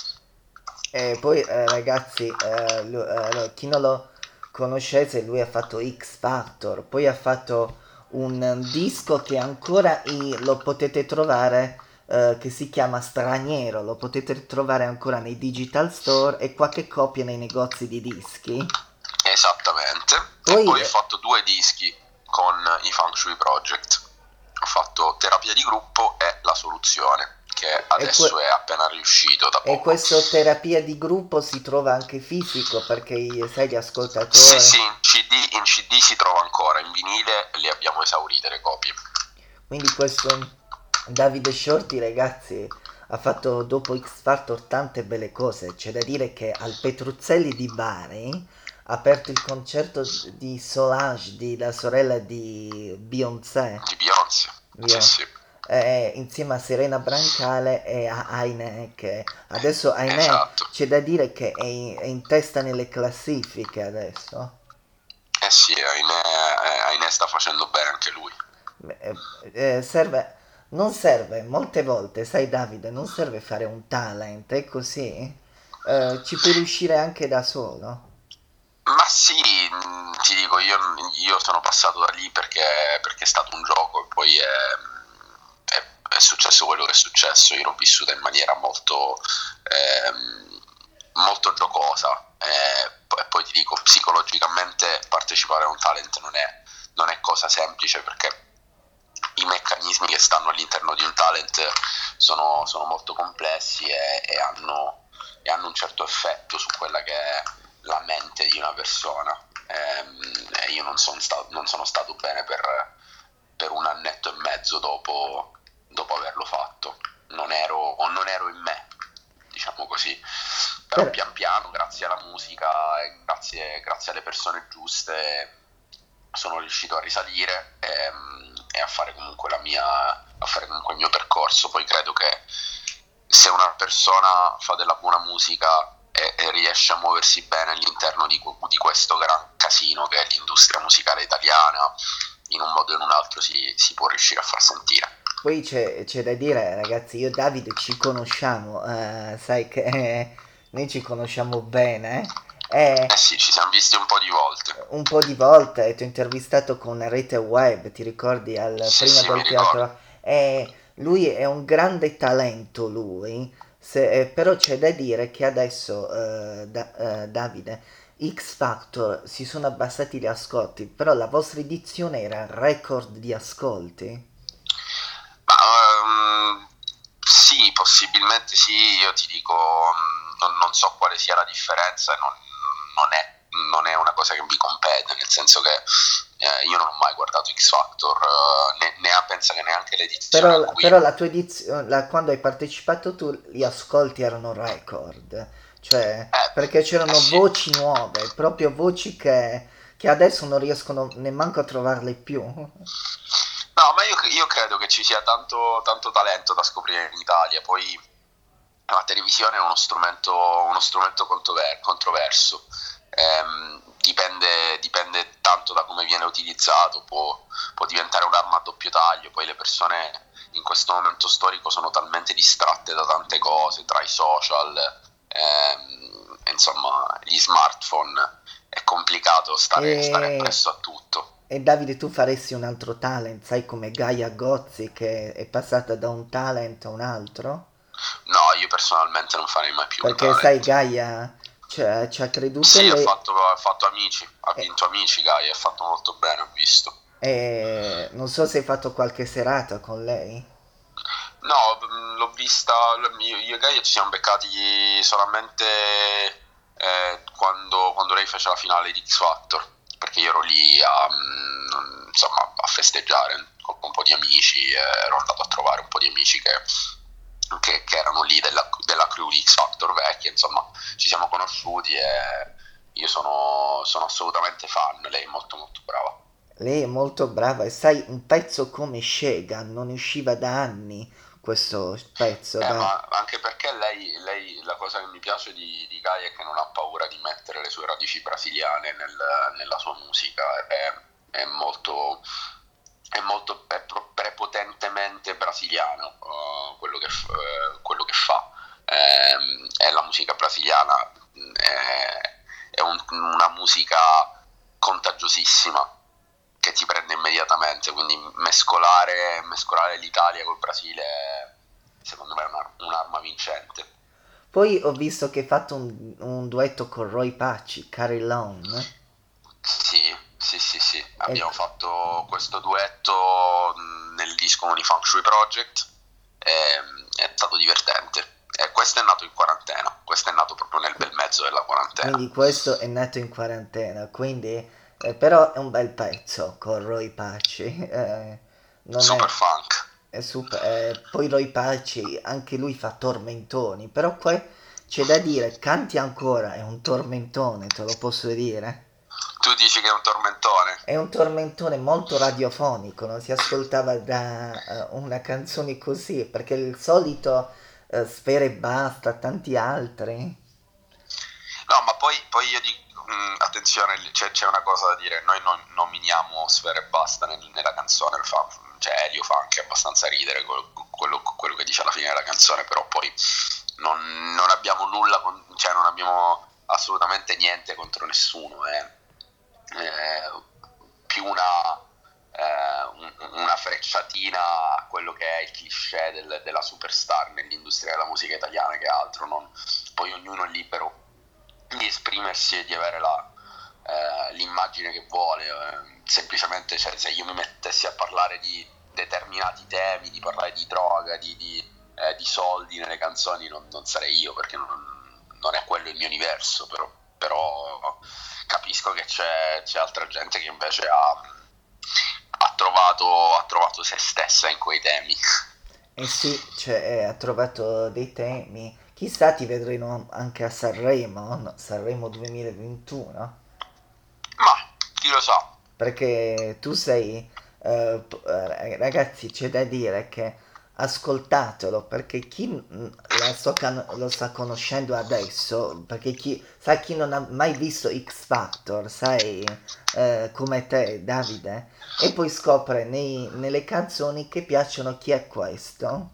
E poi eh, ragazzi, eh, lu- eh, chi non lo conoscesse, lui ha fatto X Factor, poi ha fatto un eh, disco che ancora i- lo potete trovare, eh, che si chiama Straniero, lo potete trovare ancora nei digital store e qualche copia nei negozi di dischi. Esattamente. Poi- E poi ho fatto due dischi con i Feng Shui Project. Ho fatto Terapia di gruppo e La Soluzione, che adesso que- è appena riuscito da E poco. questo terapia di gruppo si trova anche fisico perché i- sai gli ascoltatori. Sì, sì, in C D, in C D si trova ancora, in vinile le abbiamo esaurite le copie. Quindi questo Davide Shorty, ragazzi, ha fatto dopo X Factor tante belle cose. C'è da dire che al Petruzzelli di Bari ha aperto il concerto di Solange, di, la sorella di Beyoncé, Di Beyoncé. Sì, Beyon- sì, eh, insieme a Serena Brancale e a Ainé, che adesso Ainé esatto. c'è da dire che è in, è in testa nelle classifiche adesso. Eh sì, Ainé, eh, Ainé sta facendo bene anche lui. Eh, eh, serve, non serve, molte volte, sai Davide, non serve fare un talent, è così. Eh, ci puoi riuscire anche da solo. Ma sì, mh, ti dico, io, io sono passato da lì perché, perché è stato un gioco e poi è, è- è successo quello che è successo. Io l'ho vissuta in maniera molto, ehm, molto giocosa eh, e poi ti dico, psicologicamente partecipare a un talent non è, non è cosa semplice perché i meccanismi che stanno all'interno di un talent sono, sono molto complessi e, e hanno, e hanno un certo effetto su quella che è la mente di una persona. Ehm, e io non sono stato, non sono stato bene per, per un annetto e mezzo dopo, dopo averlo fatto. Non ero, o non ero in me, diciamo così. Però Per- pian piano, grazie alla musica e grazie, grazie alle persone giuste, sono riuscito a risalire ehm, e a fare comunque la mia, a fare comunque il mio percorso. Poi credo che se una persona fa della buona musica e, e riesce a muoversi bene all'interno di, di questo gran casino che è l'industria musicale italiana, in un modo o in un altro si, si può riuscire a far sentire. Poi c'è, c'è da dire, ragazzi, io e Davide ci conosciamo, eh, sai che eh, noi ci conosciamo bene, eh, Eh sì, ci siamo visti un po' di volte. un po' di volte ti ho intervistato con Rete Web, ti ricordi, al, Sì, prima sì, mi del ricordo. teatro? E lui è un grande talento, lui, se- eh, però c'è da dire che adesso, eh, Da- eh, Davide, X Factor si sono abbassati gli ascolti, però la vostra edizione era record di ascolti. Ma ehm, sì, possibilmente sì, io ti dico, mh, non, non so quale sia la differenza, e non, non è, non è una cosa che mi compete, nel senso che eh, io non ho mai guardato X Factor, eh, ne, ne ha, pensa che neanche l'edizione Però, in cui... però la tua edizione, la- quando hai partecipato tu, gli ascolti erano record, cioè, Eh, perché eh c'erano sì. voci nuove, proprio voci che, che adesso non riescono nemmeno a trovarle più. No, ma io, io credo che ci sia tanto, tanto talento da scoprire in Italia, poi la televisione è uno strumento, uno strumento controver- controverso. Ehm, dipende, dipende tanto da come viene utilizzato, può, può diventare un'arma a doppio taglio, poi le persone in questo momento storico sono talmente distratte da tante cose, tra i social, ehm, insomma, gli smartphone, è complicato stare, stare E, appresso a tutto. e Davide, tu faresti un altro talent, sai come Gaia Gozzi che è passata da un talent a un altro? No, io personalmente non farei mai più un Perché sai, talent. Gaia cioè, ci ha creduto Sì, ha lei fatto, ha fatto amici, ha e, vinto amici, Guy, ha fatto molto bene, ho visto. e non so se hai fatto qualche serata con lei. No, mh, l'ho vista, l- io, io e Gaia ci siamo beccati solamente eh, quando, quando lei fece la finale di X Factor, perché io ero lì a, mh, insomma, a festeggiare con un po' di amici, eh, ero andato a trovare un po' di amici che, che- che erano lì della, della crew di X Factor vecchia, insomma, ci siamo conosciuti e io sono, sono assolutamente fan, lei è molto molto brava. Lei è molto brava e sai, un pezzo come Shega non usciva da anni questo pezzo Eh, da... ma anche perché lei, lei, la cosa che mi piace di, di Gaia è che non ha paura di mettere le sue radici brasiliane nel- nella sua musica, è, è molto, è molto è pro- prepotentemente brasiliano uh, quello, che, f- eh, quello che fa. Ehm, è la musica brasiliana, è, è un- una musica contagiosissima che ti prende immediatamente, quindi mescolare, mescolare l'Italia col Brasile secondo me è una- un'arma vincente. Poi ho visto che hai fatto un, un duetto con Roy Paci, Carry Lone. Sì, sì, sì, sì, abbiamo Ecco, fatto questo duetto mh, nel disco con i Feng Shui Project, e, è stato divertente. E questo è nato in quarantena, questo è nato proprio nel bel mezzo della quarantena. quindi questo è nato in quarantena, quindi... eh, però è un bel pezzo con Roy Paci. eh, non Super è... funk. è super, eh, poi Roy Paci, anche lui fa tormentoni, però qua c'è da dire, canti ancora, è un tormentone, te lo posso dire. Tu dici che è un tormentone? È un tormentone molto radiofonico, non si ascoltava da eh, una canzone così, perché il solito eh, Sfera e Basta, tanti altri. No, ma poi, poi io dico, mh, attenzione, c'è, c'è una cosa da dire, noi non nominiamo Sfera e Basta nel- nella canzone, fa, cioè Elio fa anche abbastanza ridere quello, quello, quello che dice alla fine della canzone, però poi non, non abbiamo nulla, con- cioè non abbiamo assolutamente niente contro nessuno, è eh, più una, eh, un- una frecciatina a quello che è il cliché del- della superstar nell'industria della musica italiana che altro, non- poi ognuno è libero di esprimersi e di avere la, eh, l'immagine che vuole, eh, semplicemente cioè, se io mi mettessi a parlare di determinati temi, di parlare di droga, di, di, eh, di soldi nelle canzoni, non, non sarei io, perché non, non è quello il mio universo, però, però capisco che c'è, c'è altra gente che invece ha, ha trovato, ha trovato se stessa in quei temi. Eh sì, cioè, eh, ha trovato dei temi. Chissà, ti vedremo anche a Sanremo, no? Sanremo duemilaventuno. Ma chi lo sa? Perché tu sei, eh, p- eh, ragazzi, c'è da dire che ascoltatelo, perché chi mm, la sto can- lo sta conoscendo adesso, perché chi, sa chi non ha mai visto X Factor, sai, eh, come te, Davide, e poi scopre nei- nelle canzoni che piacciono chi è questo,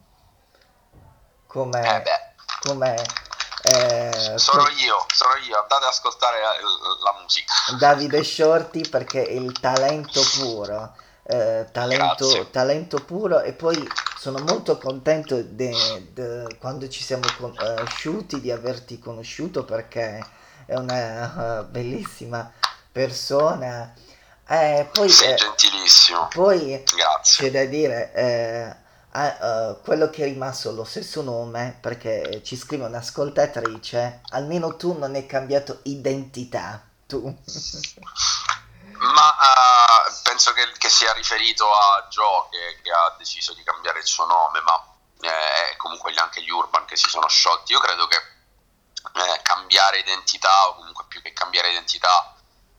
Eh come, beh, come, eh, sono com- io, sono io, andate ad ascoltare la, la musica. Davide Shorty perché è il talento puro, eh, talento, Grazie. talento puro e poi sono molto contento de- de- quando ci siamo conosciuti di averti conosciuto perché è una eh, bellissima persona. Eh, poi, Sei eh, gentilissimo. poi Grazie. c'è da dire, eh, ah, eh, quello che è rimasto lo stesso nome perché ci scrive un'ascoltatrice, almeno tu non hai cambiato identità. Tu. Ma eh, penso che, che sia riferito a Joe che, che ha deciso di cambiare il suo nome, ma eh, comunque gli- anche gli Urban che si sono sciolti. Io credo che eh, cambiare identità, o comunque più che cambiare identità,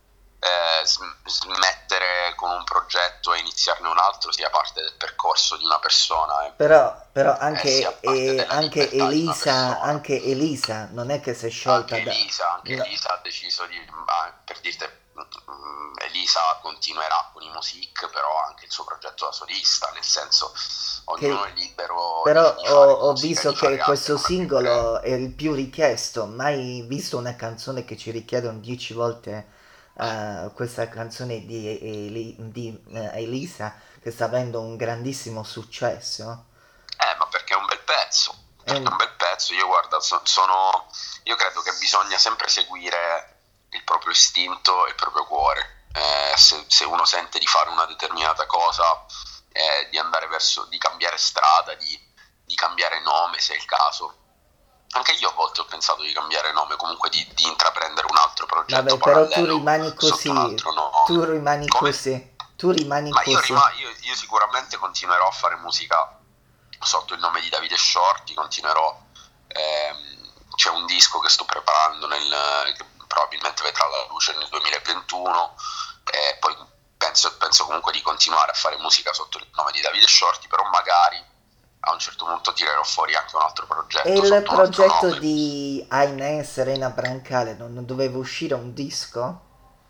eh, sm- smettere con un progetto e iniziarne un altro sia parte del percorso di una persona. eh. Però, però Eh, sia anche, parte eh, della anche libertà di una Elisa, persona. anche Elisa non è che si è sciolta Anche da... Elisa, anche no, Elisa ha deciso di, ah, per dirti, mm, Elisa continuerà con i Music, però ha anche il suo progetto da solista, nel senso ognuno è che libero però di, di ho, fare ho musica, visto di fare che arte questo come più crede. singolo è il più richiesto, mai visto una canzone che ci richiedono dieci volte eh, questa canzone di, Eli- di, eh, Elisa che sta avendo un grandissimo successo. Eh, ma perché è un bel pezzo, È perché è un- un bel pezzo, io guarda, so- sono, io credo che bisogna sempre seguire il proprio istinto e il proprio cuore. Eh, se, se uno sente di fare una determinata cosa, eh, di andare verso, di cambiare strada, di, di cambiare nome se è il caso. Anche io a volte ho pensato di cambiare nome, comunque di, di intraprendere un altro progetto Vabbè, però tu parallelo rimani sotto un così, altro nome. tu rimani Come? così, tu rimani Ma io, così. rima- io, io sicuramente continuerò a fare musica sotto il nome di Davide Shorty, continuerò, ehm, c'è un disco che sto preparando nel, che probabilmente vedrà la luce nel duemilaventuno, e poi penso, penso comunque di continuare a fare musica sotto il nome di Davide Shorty, però magari a un certo punto tirerò fuori anche un altro progetto E il sotto un altro progetto nome. di Ainè Serena Brancale non non doveva uscire un disco?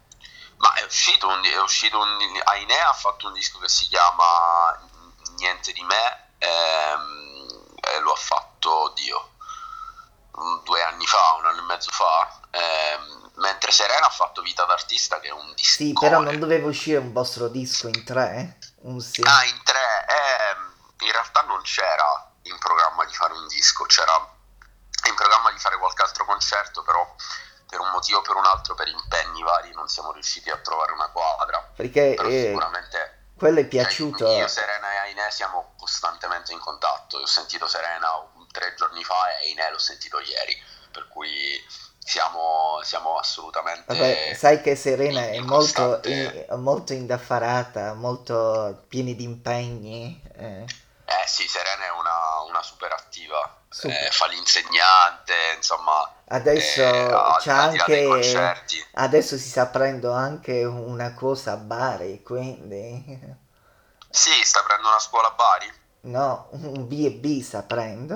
Ma è uscito un, è uscito un Ainè ha fatto un disco che si chiama Niente di me, ehm, e lo ha fatto, Dio, due anni fa, un anno e mezzo fa, ehm, mentre Serena ha fatto Vita d'artista, che è un Sì, però non discone. doveva uscire un vostro disco in tre? Un sì. Ah, in tre, ehm, in realtà non c'era in programma di fare un disco, c'era in programma di fare qualche altro concerto, però per un motivo o per un altro, per impegni vari, non siamo riusciti a trovare una quadra. Perché Però eh, sicuramente quello è cioè, piaciuto. io, Serena e Ainè siamo costantemente in contatto. Io ho sentito Serena tre giorni fa e Ainè l'ho sentito ieri, per cui siamo, siamo assolutamente Vabbè, sai che Serena in, è in molto, costante. in- molto indaffarata, molto piena di impegni. eh. Eh sì, Serena è una, una super attiva, Super. eh, fa l'insegnante, insomma, Adesso eh, ha, c'è al di là dei anche, concerti. adesso si sta aprendo anche una cosa a Bari, quindi Sì, sta aprendo una scuola a Bari? no, un B e B sta aprendo.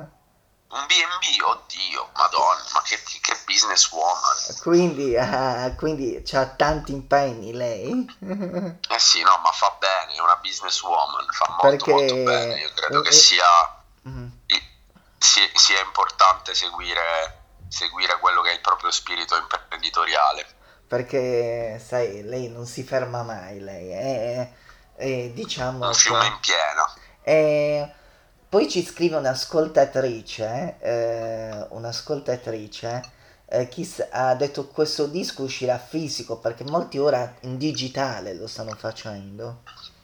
Un B and B, oddio, madonna, ma che, che, che business woman. Quindi, ah, quindi c'ha tanti impegni lei. Eh sì, no, ma fa bene, è una business woman, fa molto Perché molto bene. Io credo un- che un- sia, Mm. sia, sia importante seguire, seguire quello che è il proprio spirito imprenditoriale. Perché sai, lei non si ferma mai, lei è, è, diciamo Un fiume che in piena. è- poi ci scrive un'ascoltatrice, eh, un'ascoltatrice, eh, chi s- ha detto questo disco uscirà fisico perché molti ora in digitale lo stanno facendo.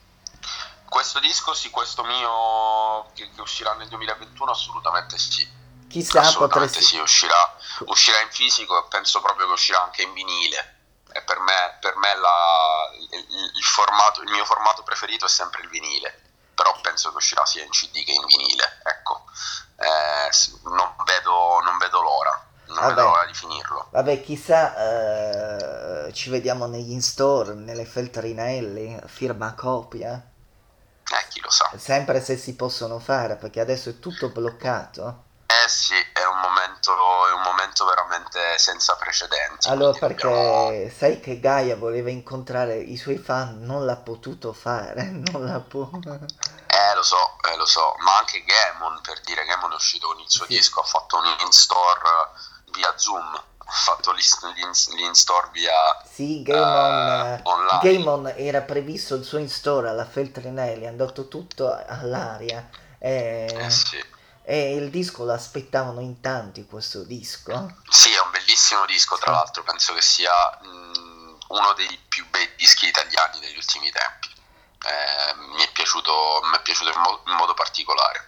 Questo disco, sì, questo mio che, che uscirà nel duemilaventuno, assolutamente sì. Chissà, Assolutamente potresti... sì, uscirà, uscirà in fisico e penso proprio che uscirà anche in vinile. E per me, per me la- il, il formato, il mio formato preferito è sempre il vinile, però penso che uscirà sia in C D che in vinile, ecco. Eh, s- non vedo, non vedo l'ora, non Vabbè. vedo l'ora di finirlo. Vabbè, chissà, eh, ci vediamo negli in-store, nelle Feltrinelli, firma copia. Eh, chi lo sa. Sempre se si possono fare, perché adesso è tutto bloccato. Eh sì, è un momento, è un momento veramente senza precedenti. Allora, quindi perché dobbiamo- sai che Gaia voleva incontrare i suoi fan, non l'ha potuto fare, non l'ha po- Eh, lo so, eh, lo so, ma anche Gamon, per dire, Gamon è uscito con il suo Sì. disco, ha fatto un in-store eh, via Zoom, ha fatto l'is- l'in- l'in-store via Sì, Gaemon, eh, eh, online. Gaemon era previsto il suo in-store alla Feltrinelli, è andato tutto all'aria. E, Eh sì. e il disco lo aspettavano in tanti, questo disco. Sì, è un bellissimo disco, tra Sì. l'altro, penso che sia mh, uno dei più bei dischi italiani degli ultimi tempi. Eh, mi è piaciuto, mi è piaciuto in, mo- in modo particolare.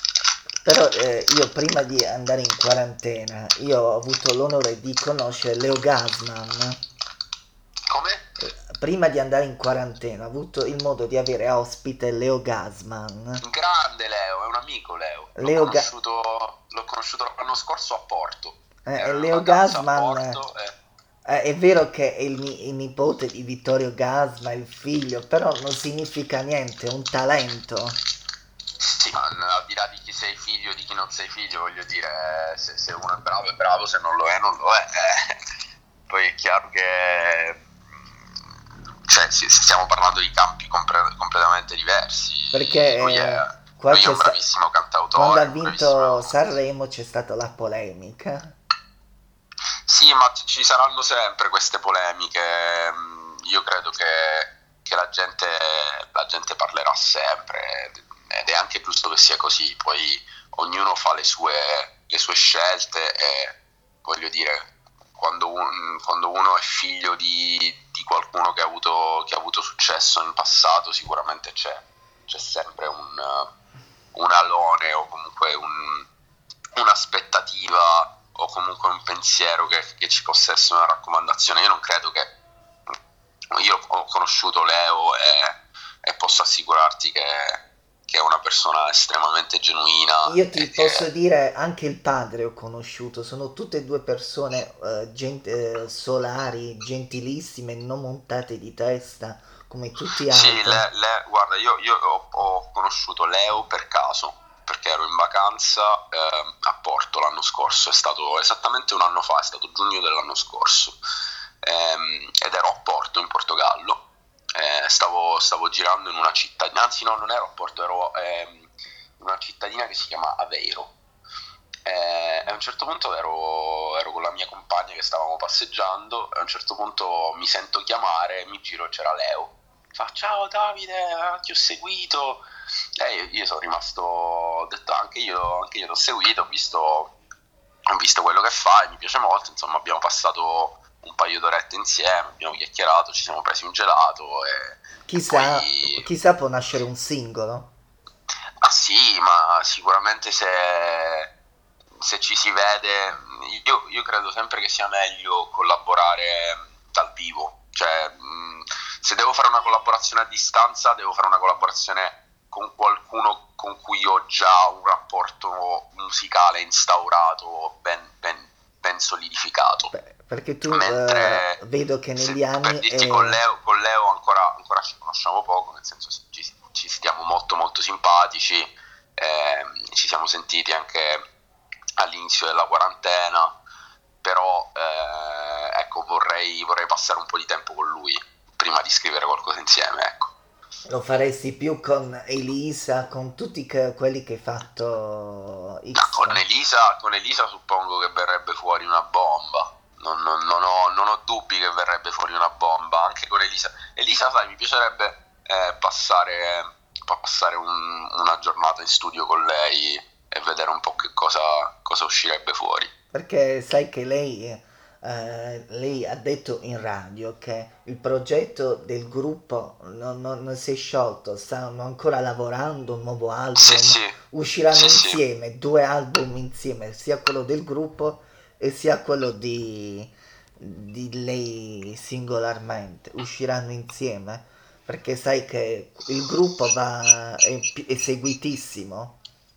Però eh, io prima di andare in quarantena, io ho avuto l'onore di conoscere Leo Gasman. Come? Eh, Prima di andare in quarantena ho avuto il modo di avere ospite Leo Gasman. Grande Leo, è un amico Leo. L'ho, Leo Ga- conosciuto, l'ho conosciuto l'anno scorso a Porto. Eh, Ero in Leo vacanza a Gasman, Porto e- eh, è vero che è il, ni- il nipote di Vittorio Gasman, il figlio, però non significa niente, è un talento. Sì, ma al di là di chi sei figlio e di chi non sei figlio, voglio dire, se, se uno è bravo è bravo, se non lo è non lo è. Eh, poi è chiaro che cioè, sì, stiamo parlando di campi compre- completamente diversi. Perché lui è, eh, qua lui è c'è un sta- bravissimo cantautore. quando ha un vinto bravissimo- Sanremo c'è stata la polemica. Sì, ma ci- ci saranno sempre queste polemiche. mm, Io credo che, che la gente, la gente parlerà sempre ed è anche giusto che sia così. Poi ognuno fa le sue, le sue scelte e voglio dire, quando, un- quando uno è figlio di, di qualcuno che ha avuto, che ha avuto successo in passato, sicuramente c'è, c'è sempre un, un alone o comunque un- un'aspettativa o comunque un pensiero che, che ci possa essere una raccomandazione. Io non credo che io ho conosciuto Leo e, e posso assicurarti che, che è una persona estremamente genuina. Io ti e che- posso dire, anche il padre ho conosciuto, sono tutte e due persone eh, gent- eh, solari, gentilissime, non montate di testa come tutti gli Sì, altri. le- le- guarda, io, io ho, ho conosciuto Leo per caso, perché ero in vacanza ehm, a Porto l'anno scorso, è stato esattamente un anno fa, è stato giugno dell'anno scorso, ehm, ed ero a Porto, in Portogallo. Eh, stavo, stavo girando in una cittadina, anzi no, non ero a Porto, ero ehm, in una cittadina che si chiama Aveiro. Eh, e a un certo punto ero, ero con la mia compagna che stavamo passeggiando e a un certo punto mi sento chiamare, mi giro e c'era Leo. Fa: ciao Davide, eh, ti ho seguito. E io, io sono rimasto, ho detto anche io, anche io ti ho seguito, ho visto, ho visto quello che fai, mi piace molto, insomma abbiamo passato un paio d'orette insieme, abbiamo chiacchierato, ci siamo presi un gelato e Chissà, poi... chissà può nascere un singolo. Ah sì, ma sicuramente se, se ci si vede, io, io credo sempre che sia meglio collaborare dal vivo, cioè mh, se devo fare una collaborazione a distanza devo fare una collaborazione con qualcuno con cui ho già un rapporto musicale instaurato, ben, ben, ben solidificato. Beh, perché tu Mentre eh, vedo che negli se, anni per dirti, è... con Leo, con Leo ancora, ancora ci conosciamo poco, nel senso ci, ci stiamo molto molto simpatici, eh, ci siamo sentiti anche all'inizio della quarantena, però eh, ecco, vorrei, vorrei passare un po' di tempo con lui prima di scrivere qualcosa insieme, ecco. Lo faresti più con Elisa, con tutti que- quelli che hai fatto X? No, con Elisa, con Elisa suppongo che verrebbe fuori una bomba. Non, non- non ho, non ho dubbi che verrebbe fuori una bomba anche con Elisa. Elisa, sai, mi piacerebbe eh, passare, passare un- una giornata in studio con lei e vedere un po' che cosa, cosa uscirebbe fuori. Perché sai che lei, eh, lei ha detto in radio che il progetto del gruppo non, non- non si è sciolto, stanno ancora lavorando un nuovo album, Sì, sì, usciranno sì, sì. insieme, due album insieme, sia quello del gruppo e sia quello di, di lei singolarmente, usciranno insieme, perché sai che il gruppo va, è, pi- è seguitissimo.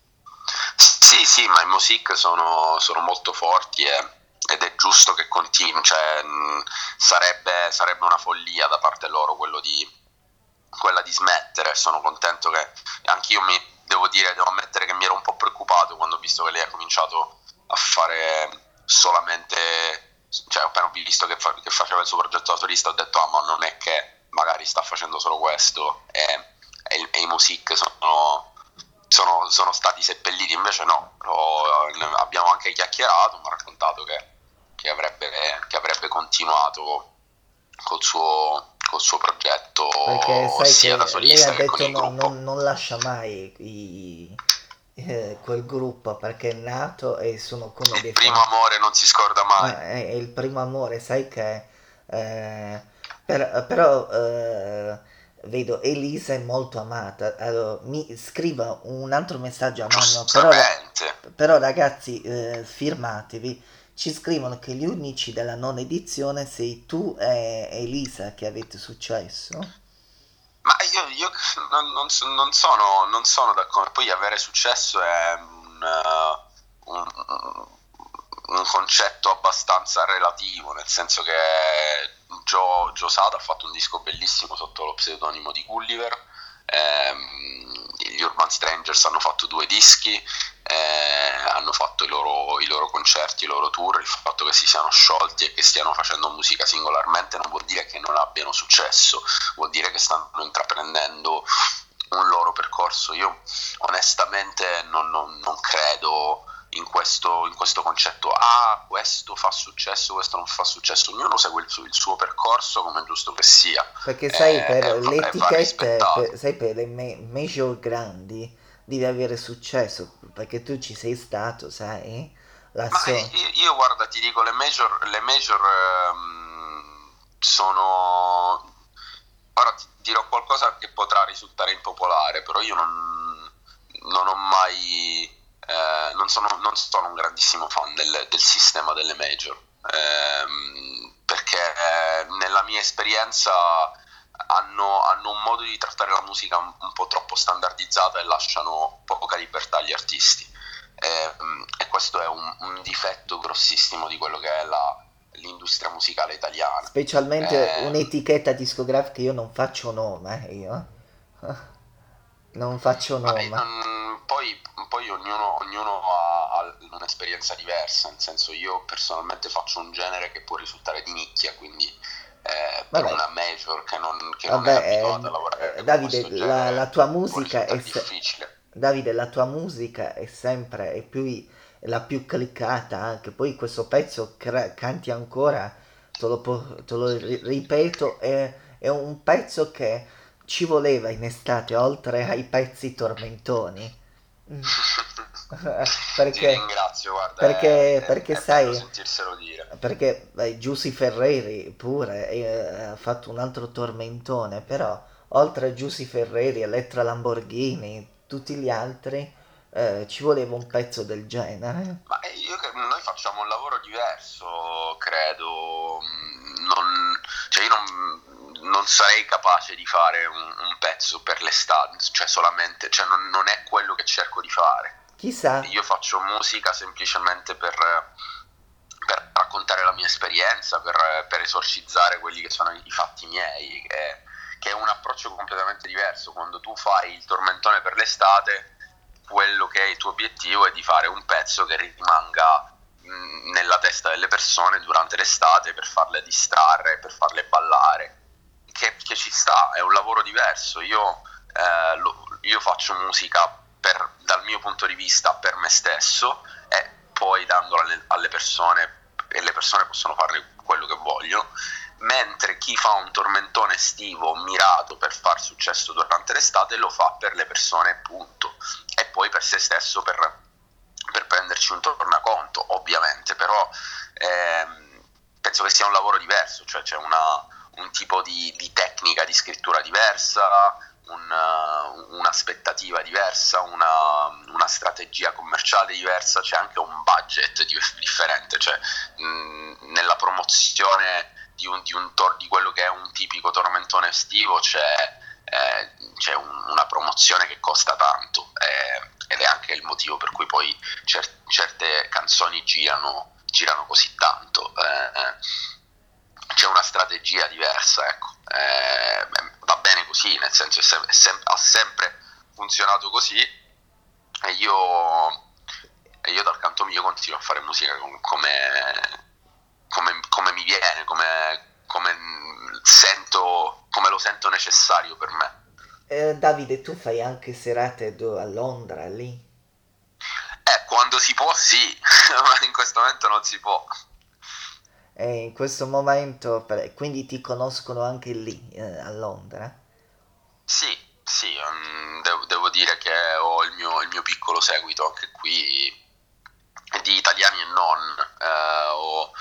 Sì, sì, ma i Music sono, sono molto forti e- ed è giusto che continui, cioè, mh, sarebbe, sarebbe una follia da parte loro quello di, quella di smettere. Sono contento che anch'io mi devo dire, devo ammettere che mi ero un po' preoccupato quando ho visto che lei ha cominciato a fare solamente, cioè appena ho visto che, fa- che faceva il suo progetto da solista ho detto ah ma non è che magari sta facendo solo questo e, e il- e i Music sono sono, sono stati seppelliti, invece no, lo- abbiamo anche chiacchierato, mi ha raccontato che, che avrebbe, che avrebbe continuato col suo, col suo progetto Perché sai sia da che lei ha solista che con detto il no, gruppo. non, non lascia mai i- eh, quel gruppo perché è nato e sono come dei Il primo fan. amore non si scorda mai. Ma è, è il primo amore, sai che... eh, per- però eh, vedo Elisa è molto amata. Allora, mi scriva un altro messaggio anonimo, però, Giustamente. però ragazzi, eh, firmatevi. Ci scrivono che gli unici della nona edizione sei tu e Elisa che avete successo. Ma io, io non, non so- non sono, non sono d'accordo. Poi avere successo è un, eh, un- un concetto abbastanza relativo, nel senso che Joe, Joe Sada ha fatto un disco bellissimo sotto lo pseudonimo di Gulliver. ehm, gli Urban Strangers hanno fatto due dischi, eh, hanno fatto i loro, i loro concerti, i loro tour. Il fatto che si siano sciolti e che stiano facendo musica singolarmente non vuol dire che non abbiano successo, vuol dire che stanno intraprendendo un loro percorso. Io onestamente non, non- non credo in questo, in questo concetto, ah questo fa successo, questo non fa successo. Ognuno segue il suo, il suo percorso come è giusto che sia. Perché sai, Eh, per e va- le e va etichette, rispettato. per- sai, per le ma- major grandi devi avere successo, perché tu ci sei stato, sai? La Ma so. io, io, guarda, ti dico, le major, le major ehm, sono... Ora ti dirò qualcosa che potrà risultare impopolare, però io non, non ho mai... eh, non, sono, non sono un grandissimo fan del, del sistema delle major, ehm, perché eh, nella mia esperienza hanno, hanno un modo di trattare la musica un, un po' troppo standardizzata e lasciano poca libertà agli artisti. Ehm, e questo è un, un difetto grossissimo di quello che è la, l'industria musicale italiana. Specialmente Eh, un'etichetta discografica, io non faccio nome, eh, io. Non faccio ma, eh, nome. non- poi, poi ognuno, ognuno ha, ha un'esperienza diversa, nel senso io personalmente faccio un genere che può risultare di nicchia, quindi eh, per Vabbè. una major che non, che non è Vabbè, abituata a eh, lavorare eh, con Davide, questo la, genere la tua può musica è risultare se- difficile. Davide, la tua musica è sempre è più, è la più cliccata anche. Poi questo pezzo cra- canti ancora, te lo, po- te lo ri- ripeto, è, è un pezzo che ci voleva in estate, oltre ai pezzi tormentoni. Mm. Ti Perché, ringrazio, guarda, perché, è, è- perché è bello sai, sentirselo dire. perché beh, Giussi Ferreri pure eh, ha fatto un altro tormentone, però oltre a Giussi Ferreri, Elettra Lamborghini, tutti gli altri, eh, ci voleva un pezzo del genere. Ma eh, io, che- noi facciamo un lavoro diverso, credo. mm, Non, cioè io non, non sarei capace di fare un, un pezzo per l'estate, cioè solamente, cioè non, non è quello che cerco di fare. Chissà. Io faccio musica semplicemente per, per raccontare la mia esperienza, per, per esorcizzare quelli che sono i fatti miei, che, che è un approccio completamente diverso. Quando tu fai il tormentone per l'estate, quello che è il tuo obiettivo è di fare un pezzo che rimanga mh, nella testa delle persone durante l'estate, per farle distrarre, per farle ballare, che, che ci sta, è un lavoro diverso. Io, eh, lo, io faccio musica per, dal mio punto di vista, per me stesso, e poi dandola alle, alle persone, e le persone possono fare quello che vogliono, mentre chi fa un tormentone estivo mirato per far successo durante l'estate lo fa per le persone, punto, e poi per se stesso, per, per prenderci un tornaconto, ovviamente. Però ehm, penso che sia un lavoro diverso, cioè c'è una, un tipo di, di tecnica di scrittura diversa, una, un'aspettativa diversa, una, una strategia commerciale diversa, c'è anche un budget differente, cioè mh, nella promozione di, un, di, un tor- di quello che è un tipico tormentone estivo c'è, eh, c'è un, una promozione che costa tanto, eh, ed è anche il motivo per cui poi cer- certe canzoni girano, girano così tanto. Eh, eh, c'è una strategia diversa, ecco. Eh, va bene così, nel senso è sem- è sem- ha sempre funzionato così, e io, e io dal canto mio continuo a fare musica com- come, come, come mi viene, come, come sento, come lo sento necessario per me. Eh, Davide, tu fai anche serate do- a Londra, lì? Eh, quando si può sì, ma in questo momento non si può. E in questo momento, per- quindi ti conoscono anche lì, eh, a Londra? Sì, sì, um, devo, devo dire che ho il mio, il mio piccolo seguito anche qui, di italiani e non. Eh, ho,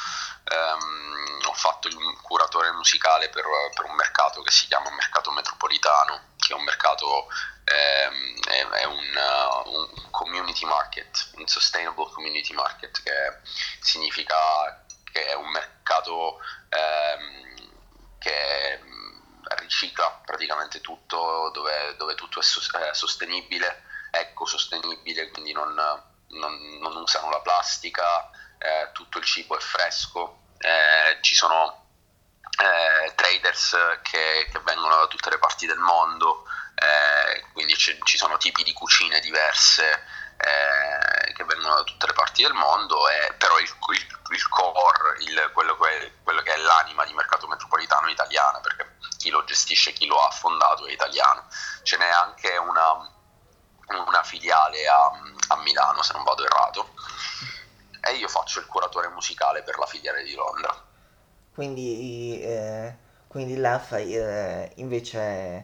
ehm, ho fatto il curatore musicale per, per un mercato che si chiama Mercato Metropolitano, che è un mercato, ehm, è, è un, uh, un community market, un sustainable community market, che significa che è un mercato ehm, che ricicla praticamente tutto, dove, dove tutto è, sos- è sostenibile, ecosostenibile, quindi non, non, non usano la plastica, eh, tutto il cibo è fresco, eh, ci sono eh, traders che, che vengono da tutte le parti del mondo, eh, quindi c- ci sono tipi di cucine diverse, eh, che vengono da tutte le parti del mondo, e però il, il, il core, il, quello, che, quello che è l'anima di Mercato Metropolitano è italiana, perché chi lo gestisce, chi lo ha fondato è italiano. Ce n'è anche una, una filiale a, a Milano, se non vado errato, e io faccio il curatore musicale per la filiale di Londra. Quindi, eh, quindi là fai, eh, invece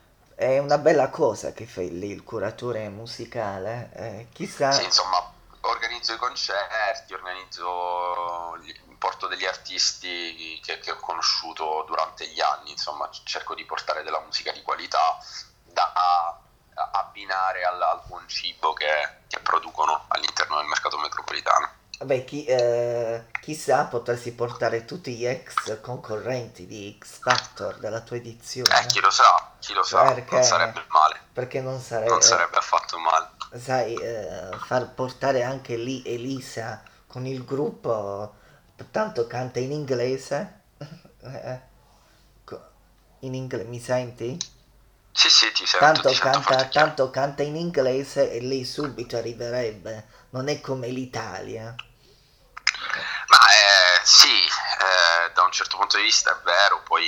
è una bella cosa che fai lì, il curatore musicale, eh, chissà. Sì, insomma, organizzo i concerti, organizzo, porto degli artisti che, che ho conosciuto durante gli anni, insomma, cerco di portare della musica di qualità da a, a abbinare al, al buon cibo che, che producono all'interno del mercato metropolitano. Beh, chi, eh, chissà, potresti portare tutti gli ex concorrenti di X Factor della tua edizione. Eh, chi lo sa, chi lo sa, Perché- non sarebbe male, Perché non sarebbe, non sarebbe affatto male. sai, eh, far portare anche lì Elisa con il gruppo, tanto canta in inglese. Eh, co- in inglese, mi senti? Sì, sì, ti sento, Tanto ti sento canta, forte e chiaro. tanto canta in inglese e lei subito arriverebbe. Non è come l'Italia. Ma eh, sì, eh, da un certo punto di vista è vero, poi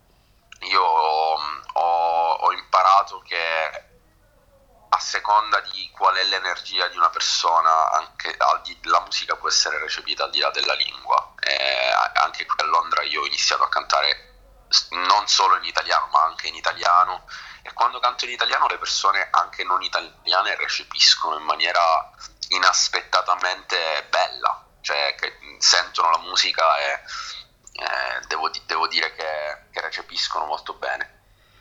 io mh, ho, ho imparato che a seconda di qual è l'energia di una persona, anche al di- la musica può essere recepita al di là della lingua. Eh, anche qui a Londra io ho iniziato a cantare s- non solo in italiano, ma anche in italiano, e quando canto in italiano le persone anche non italiane recepiscono in maniera inaspettatamente bella, cioè che sentono la musica e eh, devo, di- devo dire che, che recepiscono molto bene.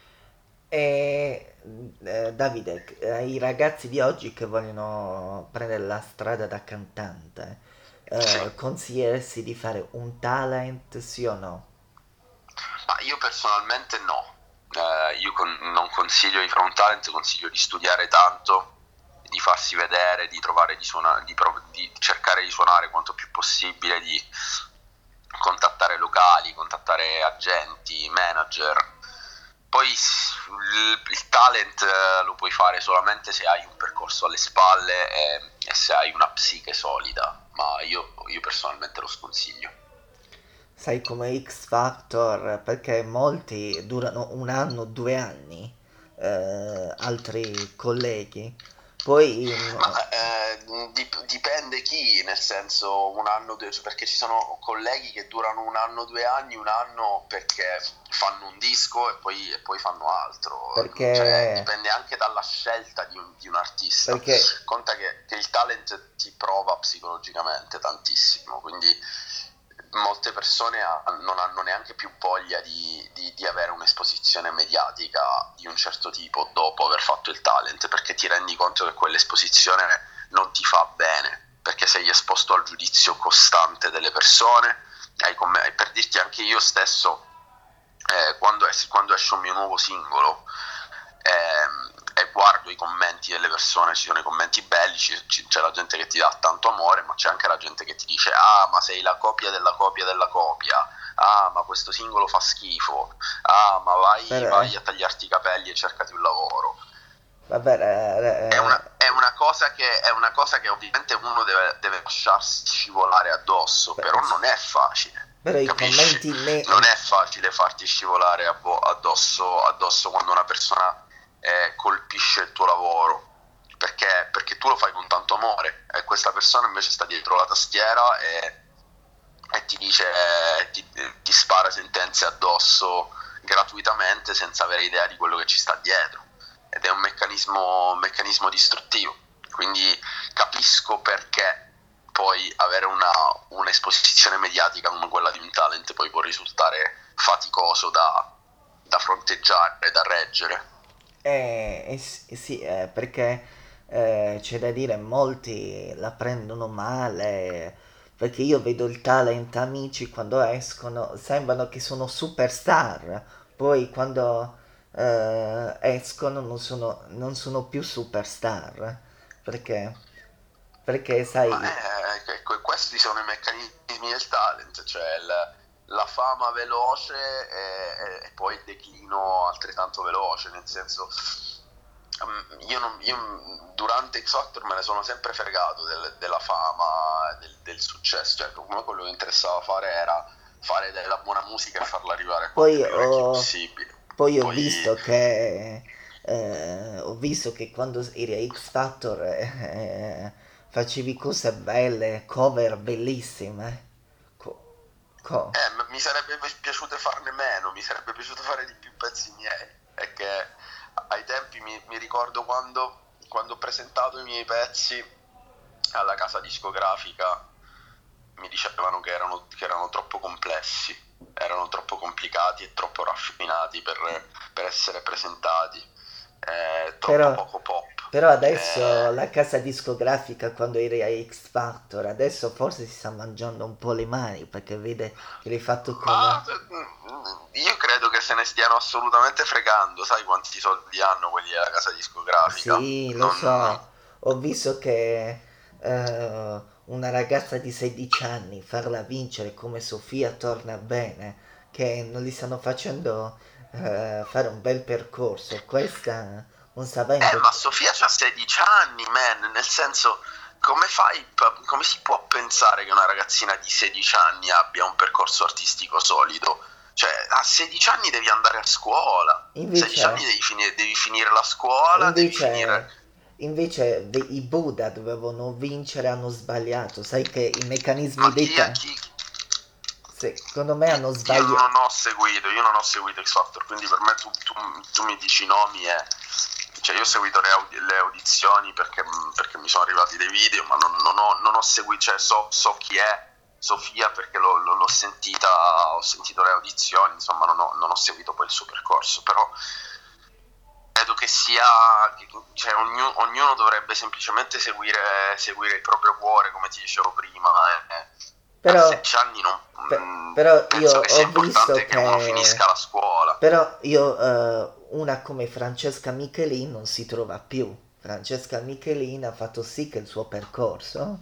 E eh, Davide, eh, i ragazzi di oggi che vogliono prendere la strada da cantante, eh, Sì. consiglieresti di fare un talent, sì o no? Ma io personalmente no, eh, io con- non consiglio di fare un talent, consiglio di studiare tanto, di farsi vedere, di trovare di suonare, di, prov- di cercare di suonare quanto più possibile, di contattare locali, contattare agenti, manager. Poi s- il, il talent eh, lo puoi fare solamente se hai un percorso alle spalle e, e se hai una psiche solida, ma io, io personalmente lo sconsiglio. Sai come X Factor, perché molti durano un anno, due anni, eh, altri colleghi. Poi mm, Ma eh, dip- dipende chi, nel senso un anno, due, cioè, perché ci sono colleghi che durano un anno, due anni, un anno perché fanno un disco e poi, e poi fanno altro, cioè perché, dipende anche dalla scelta di un, di un artista. perché, Conta che, che il talent ti prova psicologicamente tantissimo, quindi molte persone ha- non hanno neanche più voglia di, di- di avere un'esposizione mediatica di un certo tipo dopo aver fatto il talent, perché ti rendi conto che quell'esposizione non ti fa bene, perché sei esposto al giudizio costante delle persone. Ai comm- per dirti, anche io stesso, eh, quando, es- quando esce un mio nuovo singolo, ehm, e guardo i commenti delle persone, ci sono i commenti belli, ci- ci- c'è la gente che ti dà tanto amore, ma c'è anche la gente che ti dice: ah, ma sei la copia della copia della copia, ah, ma questo singolo fa schifo, ah, ma vai, per- vai a tagliarti i capelli e cercati un lavoro. vabbè, eh, È eh, una, è una cosa che, è una cosa che ovviamente uno deve, deve lasciarsi scivolare addosso, beh, però non è facile, però i capisci? commenti ne... Non è facile farti scivolare abbo- addosso, addosso quando una persona eh, colpisce il tuo lavoro, perché, perché tu lo fai con tanto amore e questa persona invece sta dietro la tastiera e, e ti dice, eh, ti, ti spara sentenze addosso gratuitamente senza avere idea di quello che ci sta dietro, ed è un meccanismo, un meccanismo distruttivo, quindi capisco perché poi avere una, un'esposizione mediatica come quella di un talent poi può risultare faticoso da, da fronteggiare, da reggere. Eh, eh sì, sì, eh, perché eh, c'è da dire, molti la prendono male, perché io vedo il talent amici quando escono, sembrano che sono superstar, poi quando eh, escono non sono, non sono più superstar, perché, perché Ma sai, eh, que- que- questi sono i meccanismi del talent, cioè il- la fama veloce e, e poi il declino altrettanto veloce, nel senso, mm, io, non- io, mm, durante X Factor me ne sono sempre fregato del- della fama, del, del successo, cioè come quello che interessava fare era fare della buona musica e farla arrivare a quante poi più orecchie ho, possibile. poi ho Poi visto che eh, ho visto che quando eri a X Factor eh, facevi cose belle, cover bellissime. Co- co- Eh, ma mi sarebbe pi- piaciuto farne meno, mi sarebbe piaciuto fare di più pezzi miei. È che ai tempi mi, mi ricordo quando, quando ho presentato i miei pezzi alla casa discografica, mi dicevano che erano, che erano troppo complessi, erano troppo complicati e troppo raffinati per, per essere presentati, eh, troppo Però, poco pop. però adesso Eh, la casa discografica quando eri a X Factor, adesso forse si sta mangiando un po' le mani perché vede che l'hai fatto con... Ma eh, io credo che se ne stiano assolutamente fregando, sai quanti soldi hanno quelli della casa discografica? Sì, lo Non... so, ho visto che eh, una ragazza di sedici anni farla vincere come Sofia torna bene, che non gli stanno facendo eh, fare un bel percorso. Questa non sta Eh, avendo... ma Sofia ha sedici anni, man, nel senso, come fai, come si può pensare che una ragazzina di sedici anni abbia un percorso artistico solido? Cioè, a sedici anni devi andare a scuola, sedici anni Invece, devi finire, devi finire la scuola, devi invece, finire... invece ve- i Buddha dovevano vincere, hanno sbagliato. Sai che i meccanismi Ma dei chi, a te, chi, secondo me hanno io sbagliato. non ho seguito, io non ho seguito X Factor, quindi per me tu, tu, tu mi dici i nomi e... Cioè io ho seguito le, audi- le audizioni perché, perché mi sono arrivati dei video, ma non, non ho, non ho seguito, cioè so, so chi è Sofia perché l'ho, l'ho- l'ho sentita, ho sentito le audizioni, insomma non ho, non ho seguito poi il suo percorso, però credo che sia, che, cioè ognu- ognuno dovrebbe semplicemente seguire, seguire il proprio cuore, come ti dicevo prima, e, Però, a sedici anni non... per, mh, però penso io che sia ho visto importante che uno che... finisca la scuola. Però io, eh, una come Francesca Michelin non si trova più. Francesca Michelin ha fatto sì che il suo percorso...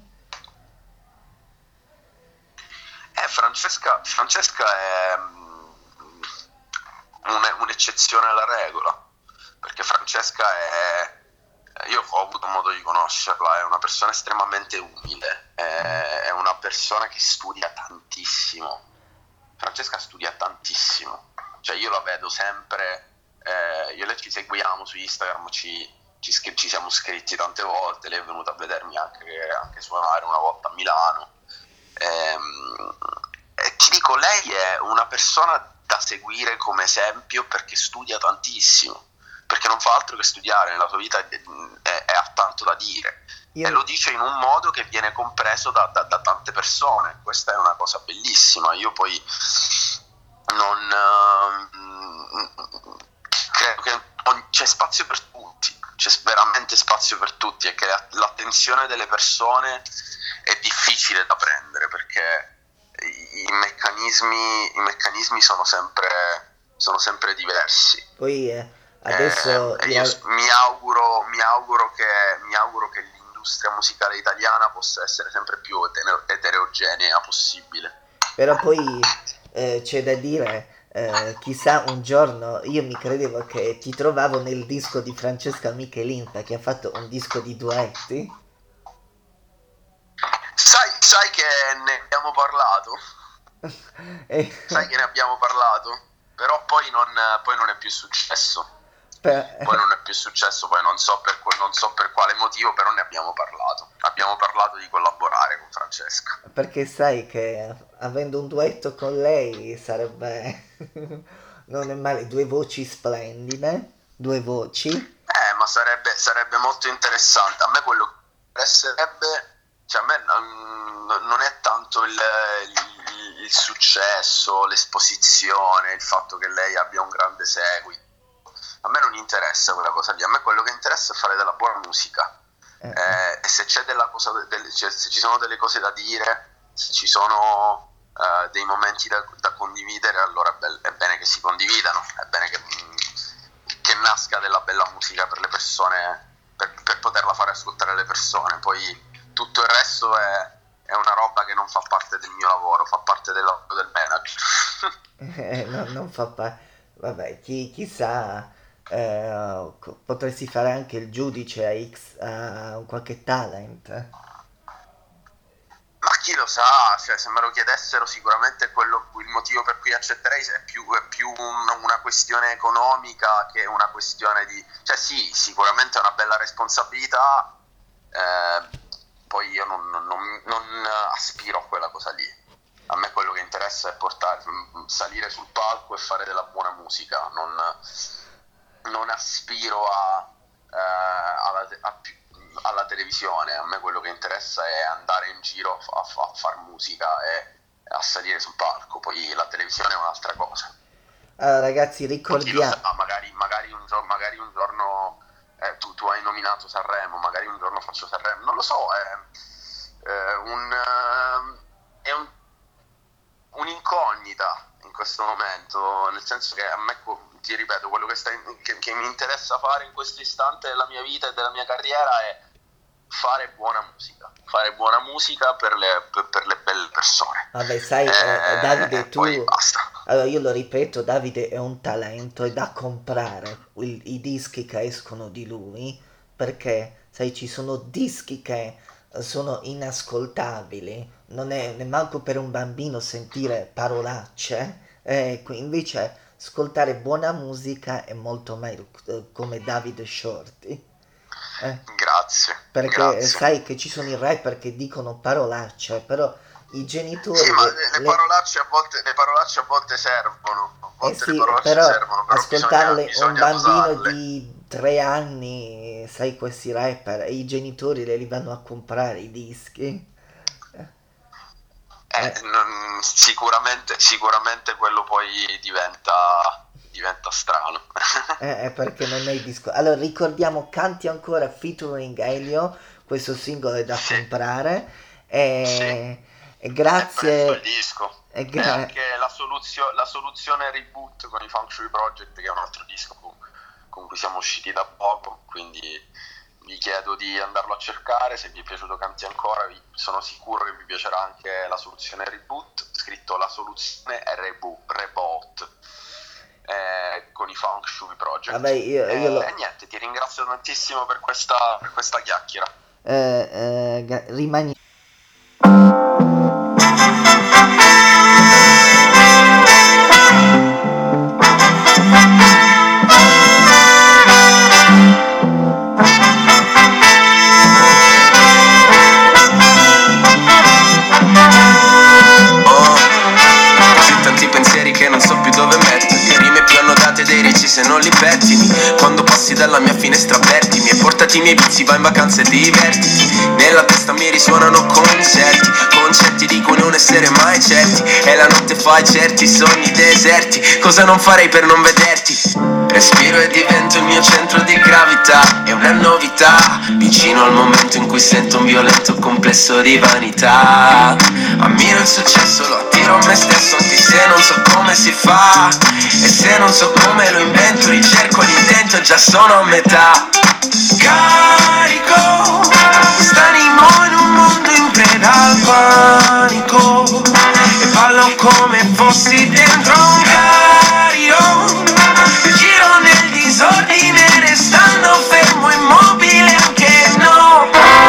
Eh, Francesca, Francesca è mh, un- un'eccezione alla regola, perché Francesca è... Io ho avuto modo di conoscerla, è una persona estremamente umile, è, è una persona che studia tantissimo. Francesca studia tantissimo, cioè io la vedo sempre, eh, io e lei ci seguiamo su Instagram, ci, ci, scri- ci siamo scritti tante volte, lei è venuta a vedermi anche, anche suonare una volta a Milano. Ehm, e ti dico, lei è una persona da seguire come esempio perché studia tantissimo, perché non fa altro che studiare nella sua vita e, e- e ha tanto da dire. Io- E lo dice in un modo che viene compreso da, da- da tante persone. Questa è una cosa bellissima. Io poi non ehm, credo che on- c'è spazio per tutti, c'è veramente spazio per tutti, e che la- l'attenzione delle persone è difficile da prendere, perché i, i meccanismi, i meccanismi sono sempre, sono sempre diversi. Poi eh, adesso... Eh, e la- io s- mi auguro, mi auguro che, mi auguro che l'industria musicale italiana possa essere sempre più etero- eterogenea possibile. Però poi eh, c'è da dire, eh, chissà un giorno io mi credevo che ti trovavo nel disco di Francesca Michelin perché ha fatto un disco di duetti. Sai, sai che ne abbiamo parlato? E- Sai che ne abbiamo parlato? Però poi non, poi non è più successo. per- Poi non è più successo, poi non so, per, quel- non so per quale motivo, però ne abbiamo parlato. Abbiamo parlato di collaborare con Francesca. perché sai che avendo un duetto con lei sarebbe... non è male, due voci splendide, due voci. Eh, ma sarebbe, sarebbe molto interessante. A me quello che interesserebbe, cioè a me mm, non è tanto il, il- il successo, l'esposizione, il fatto che lei abbia un grande seguito. A me non interessa quella cosa lì, a me quello che interessa è fare della buona musica. Eh, Eh, e se c'è della cosa, del- cioè, se ci sono delle cose da dire, se ci sono eh, dei momenti da, da condividere, allora è, bel- è bene che si condividano, è bene che, mm, che nasca della bella musica per le persone, per, per poterla fare ascoltare alle persone. Poi tutto il resto è, è una roba che non fa parte del mio lavoro, fa parte del lavoro del manager. eh, no- non fa parte... Vabbè, chi, chissà, eh, co- potresti fare anche il giudice a X, a un qualche talent. Ma chi lo sa, cioè, se me lo chiedessero sicuramente quello, il motivo per cui accetterei è più, è più un- una questione economica che una questione di... Cioè sì, sicuramente è una bella responsabilità, eh, poi io non, non- non aspiro a quella cosa lì. A me quello che interessa è portare, salire sul palco e fare della buona musica, non, non aspiro a, eh, alla, te- a più- alla televisione. A me quello che interessa è andare in giro a, fa- a far musica e a salire sul palco, poi la televisione è un'altra cosa. Allora, ragazzi, Poi chi lo ricordiamo... sa, magari, magari un giorno, magari un giorno eh, tu, tu hai nominato Sanremo, magari un giorno faccio Sanremo, non lo so, è, eh, un, eh, è un, un'incognita in questo momento, nel senso che a me, ti ripeto, quello che, sta in- che, che mi interessa fare in questo istante della mia vita e della mia carriera è fare buona musica, fare buona musica per le, per, per le belle persone. Vabbè, sai, eh, Eh, Davide, tu... poi basta. Allora, io lo ripeto, Davide è un talento, è da comprare il- i dischi che escono di lui, perché, sai, ci sono dischi che eh, sono inascoltabili, non è neanche per un bambino sentire parolacce, eh, qui invece ascoltare buona musica è molto meglio, eh, come Davide Shorty. Eh, Grazie, perché grazie. sai che ci sono i rapper che dicono parolacce, però i genitori... Sì, ma le- le, le le- parolacce a volte, le parolacce a volte servono, a Eh volte le sì, parolacce però servono, però ascoltarle bisogna, un bisogna bambino dosarle. di tre anni, sai, questi rapper, e i genitori le li vanno a comprare i dischi. Eh, Eh. non- sicuramente, sicuramente quello poi diventa, diventa strano. Eh, eh, perché non è il disco. Allora ricordiamo Canti ancora featuring Elio, questo singolo è da Sì. comprare. E, E È presto grazie. il disco. E E gra- anche la, soluzio- la soluzione reboot con i Funk Shui Project, che è un altro disco con, con cui siamo usciti da poco, quindi vi chiedo di andarlo a cercare. Se vi è piaciuto Canti Ancora, vi, sono sicuro che vi piacerà anche la soluzione reboot, scritto la soluzione reboot, reboot eh, con i Funk Shui Project. Vabbè, io, e, io lo... e niente, ti ringrazio tantissimo per questa, per questa chiacchiera. eh, eh, ga- rimani... Così tanti pensieri che non so più dove metterli. Rime più annodate dei ricci se non li pettini. Quando passi dalla mia finestra avvertimi e portati i miei vizi, vai in vacanza e divertiti. Nella testa mi risuonano concerti, concetti di cui non essere mai certi. E la notte fai certi sogni deserti. Cosa non farei per non vederti? Respiro e divento il mio centro di gravità. È una novità, vicino al momento in cui sento un violento complesso di vanità. Ammiro il successo, lo attiro a me stesso, anche se non so come si fa. E se non so come lo invento, ricerco l'intento e già sono a metà. Carico quest'animo in un mondo in preda al panico e ballo come fossi dentro un carillon. Giro nel disordine restando fermo immobile anche no.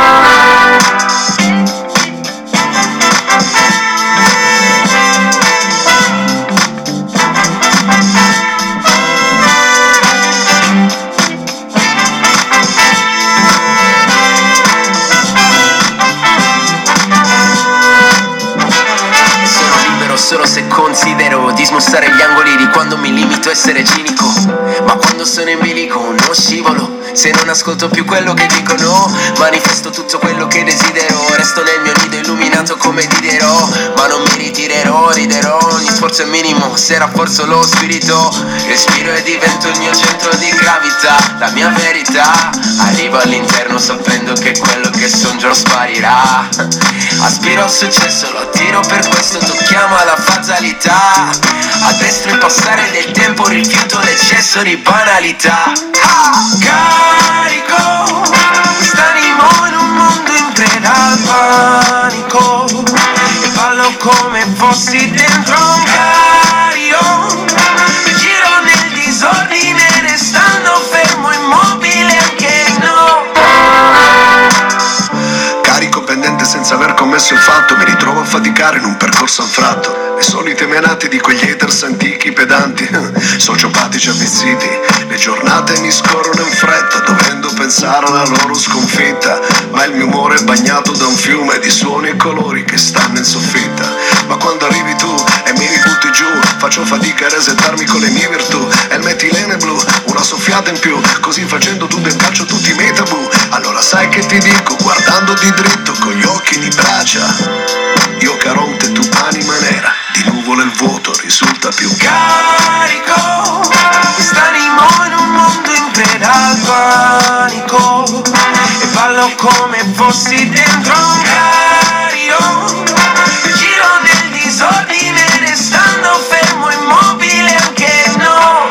Solo se considero di smussare gli angoli di quando mi limito a essere cinico. Ma quando sono in bilico non scivolo. Se non ascolto più quello che dicono, manifesto tutto quello che desidero. Resto nel mio nido illuminato come Diderot. Ma non mi ritirerò, riderò. Ogni sforzo è minimo se rafforzo lo spirito. Respiro e divento il mio centro di gravità. La mia verità arrivo all'interno sapendo che quello che son già sparirà. Aspiro al successo, lo attiro per questo, tocchiamo alla fatalità. A destra il passare del tempo, rifiuto l'eccesso di banalità. Ah! Carico quest'animo in un mondo in preda al panico e ballo come fossi dentro un carillon. Giro nel disordine restando fermo immobile anche no. Carico pendente senza aver commesso il fatto, mi ritrovo a faticare in un percorso anfratto. Le solite menate di quegli haters antichi pedanti, sociopatici avvizziti. Le giornate mi scorrono in fretta, dovendo pensare alla loro sconfitta. Ma il mio umore è bagnato da un fiume di suoni e colori che stanno in soffitta. Ma quando arrivi tu e mi ributti giù, faccio fatica a resettarmi con le mie virtù. E il metilene blu, una soffiata in più, così facendo tu del calcio tutti i miei tabù. Allora sai che ti dico, guardando di dritto con gli occhi di bracia. Io Caronte, tu anima nera, di nuvole il vuoto risulta più carico. Quest'animo in un mondo in preda al panico e ballo come fossi dentro un carillon. Giro nel disordine restando fermo immobile anche no.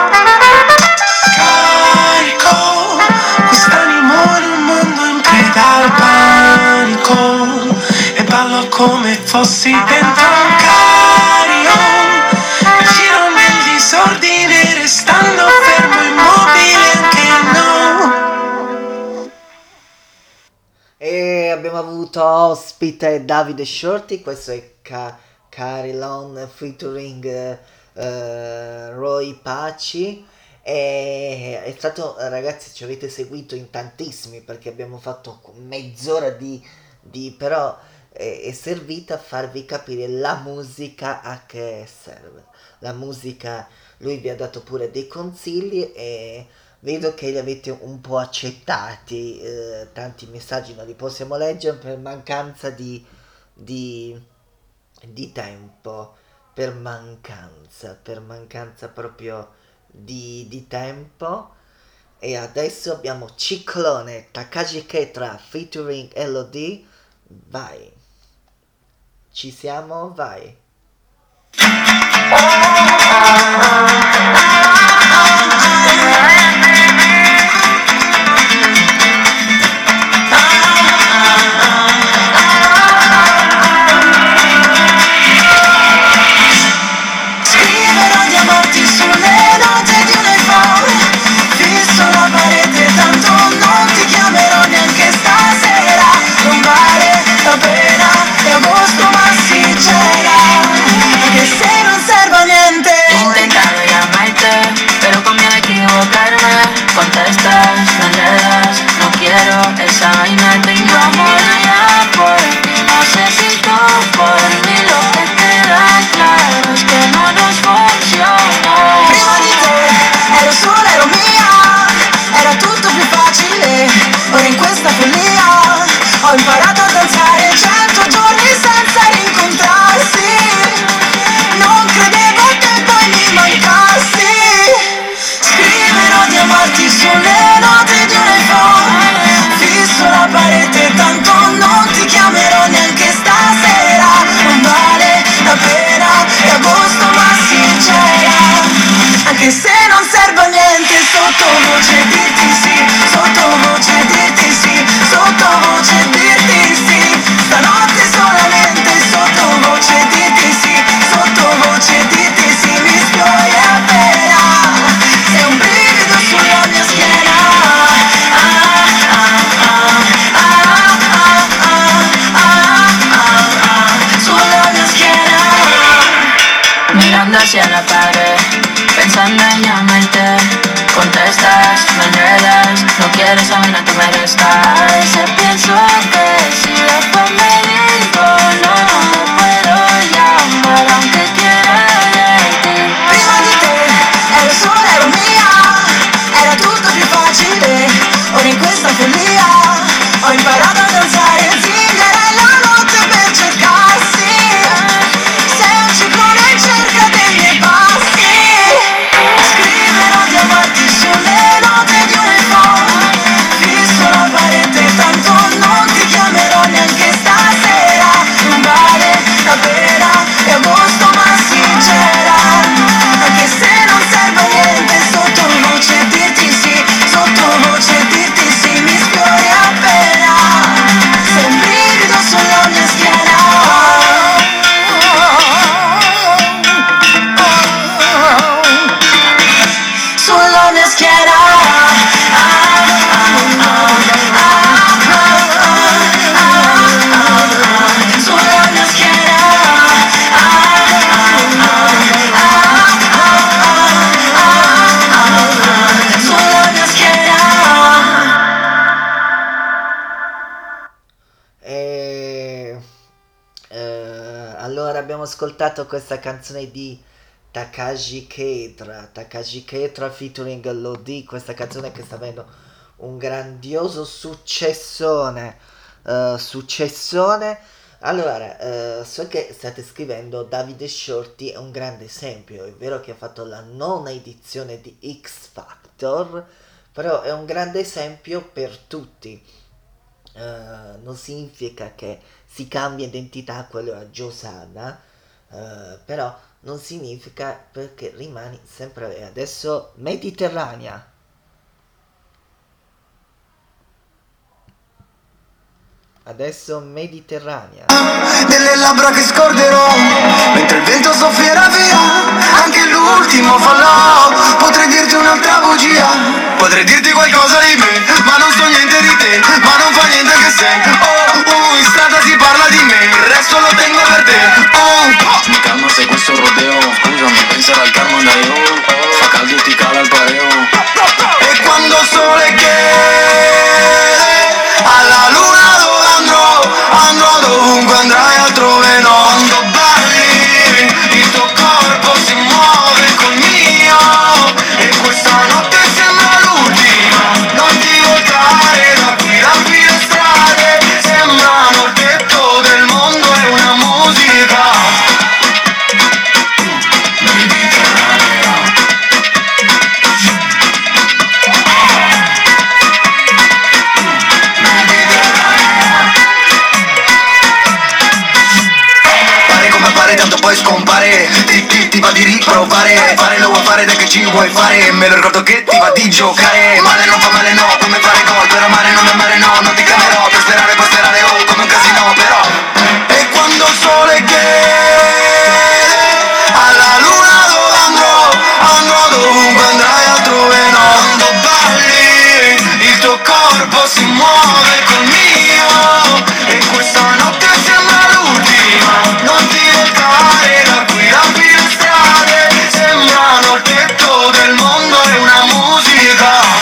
Carico quest'animo in un mondo in preda al panico e ballo come fossi dentro un carillon. Giro nel disordine restando fermo immobile anche no. E abbiamo avuto ospite Davide Shorty, questo è Ca- Carillon featuring eh, eh, Roy Paci. E è stato, ragazzi, ci avete seguito in tantissimi perché abbiamo fatto mezz'ora di, di però è, è servita a farvi capire la musica a che serve. La musica, lui vi ha dato pure dei consigli e vedo che li avete un po' accettati, eh, tanti messaggi non li possiamo leggere per mancanza di, di, di tempo, per mancanza, per mancanza proprio di, di tempo. E adesso abbiamo Ciclone, Takashi Ketra featuring L O D, vai. Ci siamo? Vai. Scriverò di amarti sulle note di un iPhone, fisso la parete, tanto non ti chiamerò neanche stasera. Non vale la pena, è agosto ma sincera, anche se non serve a niente. Intentado llamarte, pero con miedo a equivocarme. Contestas, me enredas, no quiero esa vaina. Tengo moría por ti, no sé si tú por mí. Lo que queda claro es que no nos funcionó. Prima di te ero sola, ero mia, era tutto più facile. Ora in questa follia ho imparato a danzare cento giorni senza rincontrarsi. Non credevo che poi mi mancassi. Scriverò di amarti sulle note di un iPhone, fisso la parete, tanto non ti chiamerò neanche stasera. Non vale la pena, è agosto ma sincera, anche se non serve a niente. Sottovoce dirti sì, sottovoce dirti sì, sottovoce dirti sì. Stanotte solamente sottovoce dirti sì, sottovoce dirti sì. Mi sfiori appena, sei un brivido sulla mia schiena. Ah, ah, ah, ah, ah, ah, ah, ah, sulla mia schiena. Mirando hacia la pared, pensando en llamarte. Contestas, me enredas, no quiero esa vaina que me resta. A veces pienso que si después me digo no, no me puedo llamar aunque quiera de ti. Prima di te ero sola, ero mia, era tutto più facile. Ora in questa follia ho imparato a danzare zingara e la notte per cercarsi. Sei un ciclone in cerca dei miei passi. Scriverò di amarti sulle note di un iPhone, fisso la parete, tanto non ti chiamerò neanche stasera. Non vale la pena, è agosto ma sincera, anche se non serve a niente. Sottovoce dirti sì, sottovoce dirti sì. Mi sfiori appena, sei un brivido sulla mia schiena. Sulla mia schiena. Ah, ah, ah, ah, ah, ah, ah, sulla mia schiena. Ah, ah, ah, ah, ah, sulla mia schiena. E eh, allora abbiamo ascoltato questa canzone di Takashi Keitra, Takashi Keitra featuring Lodi, questa canzone che sta avendo un grandioso successone, uh, successone. Allora, uh, so che state scrivendo Davide Shorty è un grande esempio, è vero che ha fatto la nona edizione di X Factor, però è un grande esempio per tutti. Uh, non significa che si cambia identità, quello a Giovanna, uh, però non significa perché rimani sempre adesso Mediterranea. Adesso Mediterranea. Delle labbra che scorderò mentre il vento soffierà via anche l'ultimo falò. Potrei dirti un'altra bugia, potrei dirti qualcosa di me, ma non so niente di te, ma non fa niente che sei. Oh, oh, in strada si parla di me, il resto lo tengo per te. Oh, mi calma se questo rodeo, scusami, pensare al karma da io. Fa caldo e ti cala il pareo. E quando il sole chiede alla luna dove andrò, andrò dovunque andrai altrove no. Quando balli il tuo corpo si muove col mio, e questa notte sembra l'ultima. Non ti voltare da qui, da qui le strade sembrano il tetto del mondo e una musica Mediterranea. poi scompare. Ti, ti, ti va di riprovare, fare lo vuoi fare, da che ci vuoi fare. Me lo ricordo che ti va di giocare. Male non fa male no, come fare gol. Per amare non amare no, non ti chiamerò. Per sperare puoi sperare oh, come un casino però. E quando il sole chiede alla luna dove andrò, andrò dovunque andrai altrove no. Quando balli il tuo corpo si muove col mio e questa notte sembra l'ultima. Non ti voltare da qui, rampi le strade sembrano il tetto del mondo e una musica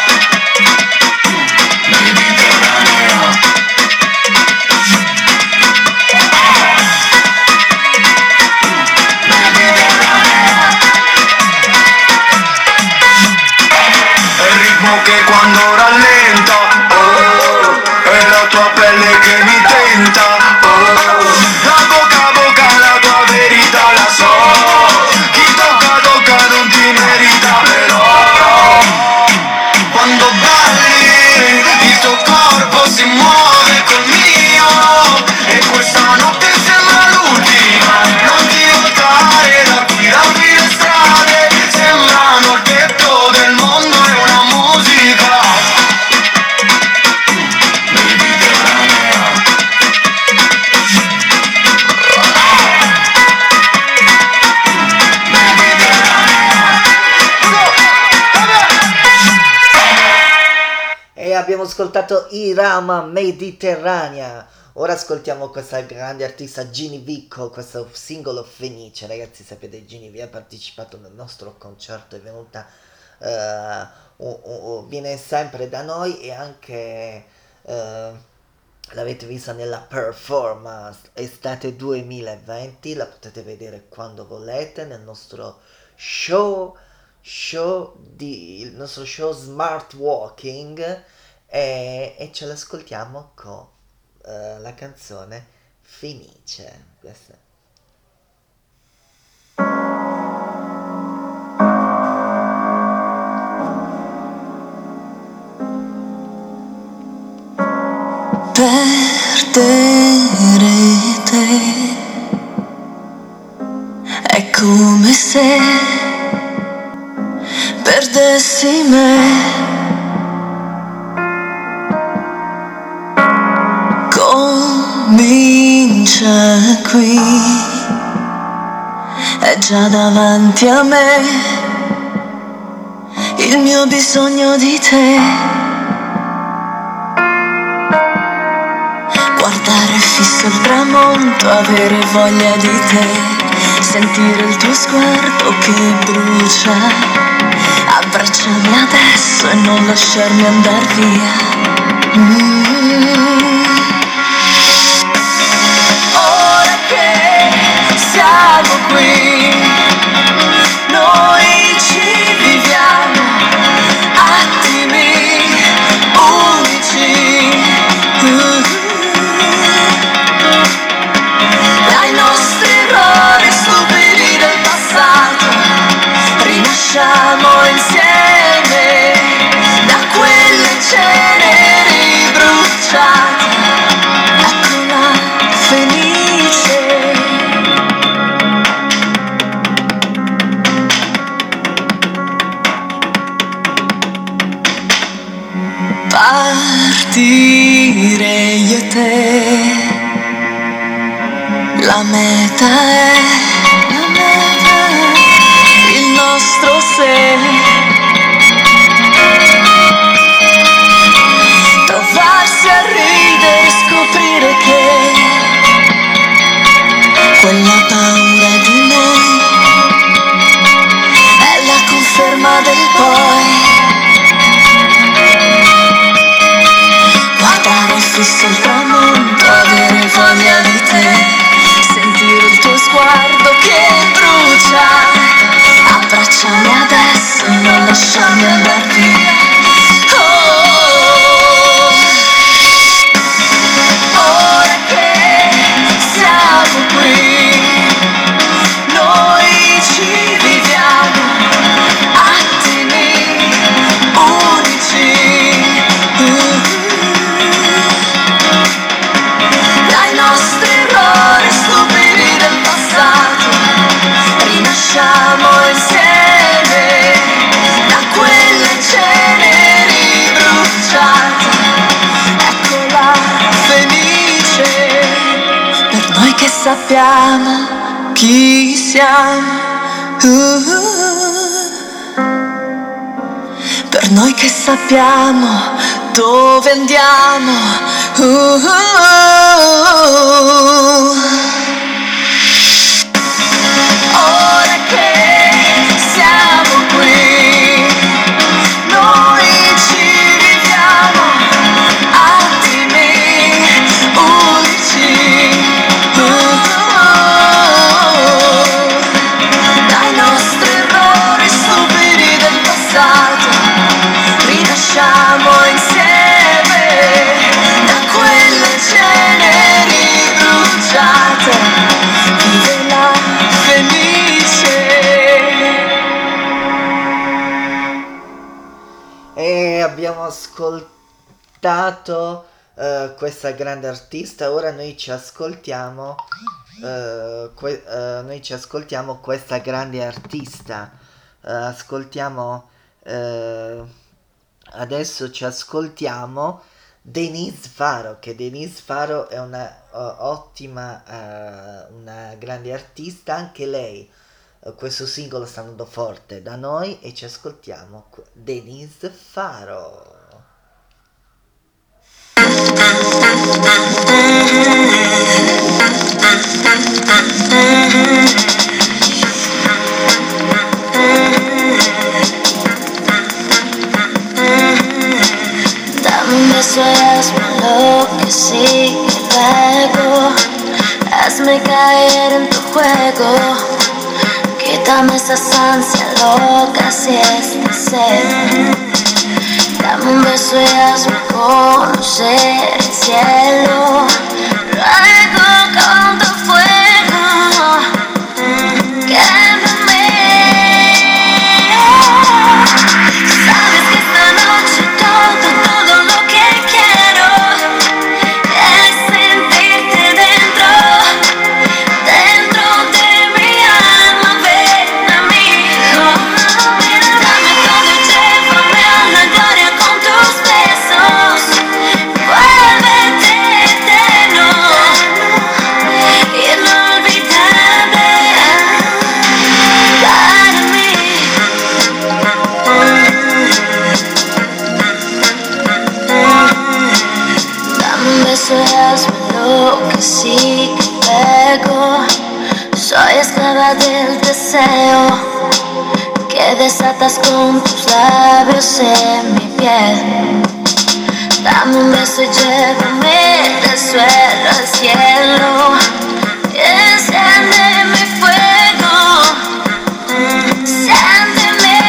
che quando rallenta, oh, è la tua pelle che mi tenta, oh, la bocca a bocca la tua verità la so, chi tocca tocca non ti merita però, quando balli il tuo corpo si muove col mio e questa notte sembra l'ultima, non ti voltare da qui, rampi le strade sembrano il tetto del mondo e una musica e abbiamo ascoltato Irama Mediterranea. Ora ascoltiamo questa grande artista Ginny Vico, questo singolo Fenice. Ragazzi, sapete, Ginny Vi ha partecipato nel nostro concerto, è venuta uh, uh, uh, viene sempre da noi e anche uh, l'avete vista nella performance estate duemilaventi, la potete vedere quando volete nel nostro show show di il nostro show Smart Walking e, e ce l'ascoltiamo con Uh, la canzone Fenice. Questa. Perdere te è come se perdessi me. Comincia qui, è già davanti a me il mio bisogno di te. Guardare fisso il tramonto, avere voglia di te, sentire il tuo sguardo che brucia. Abbracciami adesso e non lasciarmi andar via. Mm. Siamo qui, noi ci viviamo, attimi unici, uh-huh. Dai nostri errori stupidi del passato, rinasciamo insieme, da quelle ceneri bruciate, ecco la Fenice. Partire io e te, la meta è, la meta è il nostro sé. Trovarsi a ridere, scoprire che quella paura di noi è la conferma del poi. Fisso il tramonto, avere voglia di te, sentire il tuo sguardo che brucia. Abbracciami adesso e non lasciarmi andar via. Oh, ora che siamo qui, noi ci viviamo, attimi unici. Uh-huh. Dai nostri errori stupidi del passato, che sappiamo chi siamo. Uh-huh. Per noi che sappiamo dove andiamo. Uh-huh. Ora che siamo qui, noi ci viviamo attimi unici. Uh-huh. Dai nostri errori stupidi del passato rinasciamo insieme da quelle ceneri bruciate. Vive la felice. E abbiamo ascoltato uh, questa grande artista. Ora noi ci ascoltiamo uh, que- uh, noi ci ascoltiamo questa grande artista. Uh, ascoltiamo uh, adesso ci ascoltiamo Denise Faro, che Denise Faro è una uh, ottima uh, una grande artista anche lei. Uh, questo singolo sta andando forte da noi e ci ascoltiamo Denise Faro. Dame un beso y hazme lo que sigue luego. Hazme caer en tu juego. Quítame esas ansias locas y esta sed. Dame un beso y hazme conocer el cielo. Luego con tu fuego, quémame. Sabes que esta noche todo, todo lo que quiero es sentirte dentro, dentro de mi alma. Ven a mí, oh, dame todo y llévame a la gloria con tus besos. Vuélvete eterno, inolvidable para mí. Dame un beso y hazme lo que sigue luego. Soy esclava del deseo que desatas con tus labios en mi piel. Dame un beso y llévame del suelo al cielo. Enciende mi fuego, siénteme.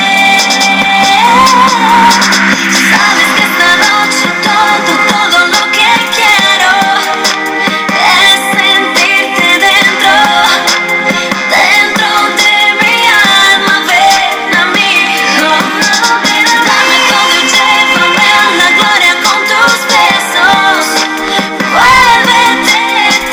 Sabes que esta noche todo, todo lo que quiero es sentirte dentro, dentro de mi alma. Ven a mí, oh, dame todo y llévame a la gloria con tus besos. Vuélvete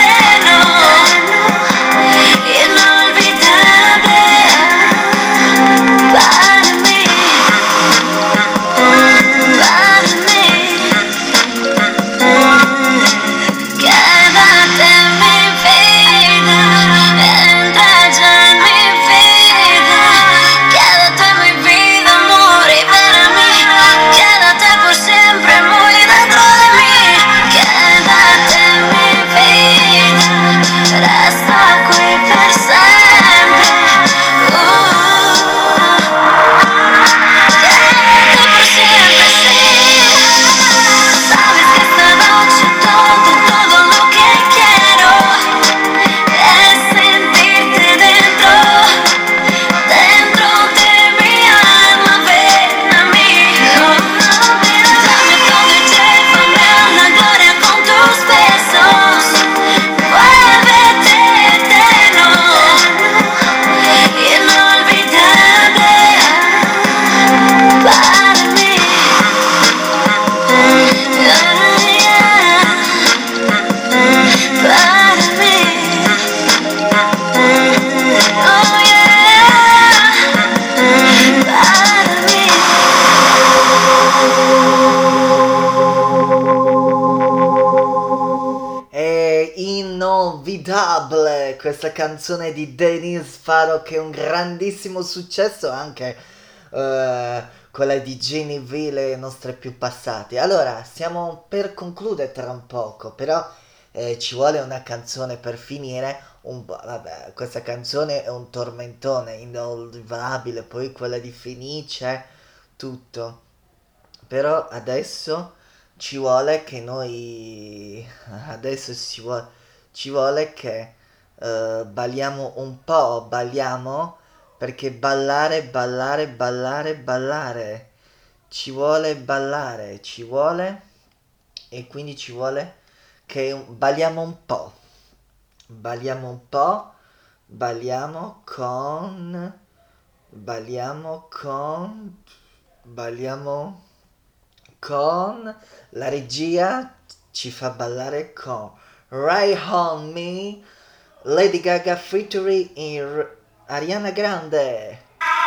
Inolvidable, questa canzone di Denise Faro che è un grandissimo successo, anche eh, quella di Ginny V, le nostre più passate. Allora, stiamo per concludere tra un poco, però eh, ci vuole una canzone per finire. Un po', vabbè, questa canzone è un tormentone inolvidabile, poi quella di Fenice, tutto. Però adesso ci vuole che noi adesso ci vuole, ci vuole che uh, balliamo un po', balliamo, perché ballare, ballare, ballare, ballare, ci vuole ballare, ci vuole, e quindi ci vuole che balliamo un po', balliamo un po', balliamo con, balliamo con, balliamo con, la regia ci fa ballare con Right On Me, Lady Gaga featuring in Ariana Grande.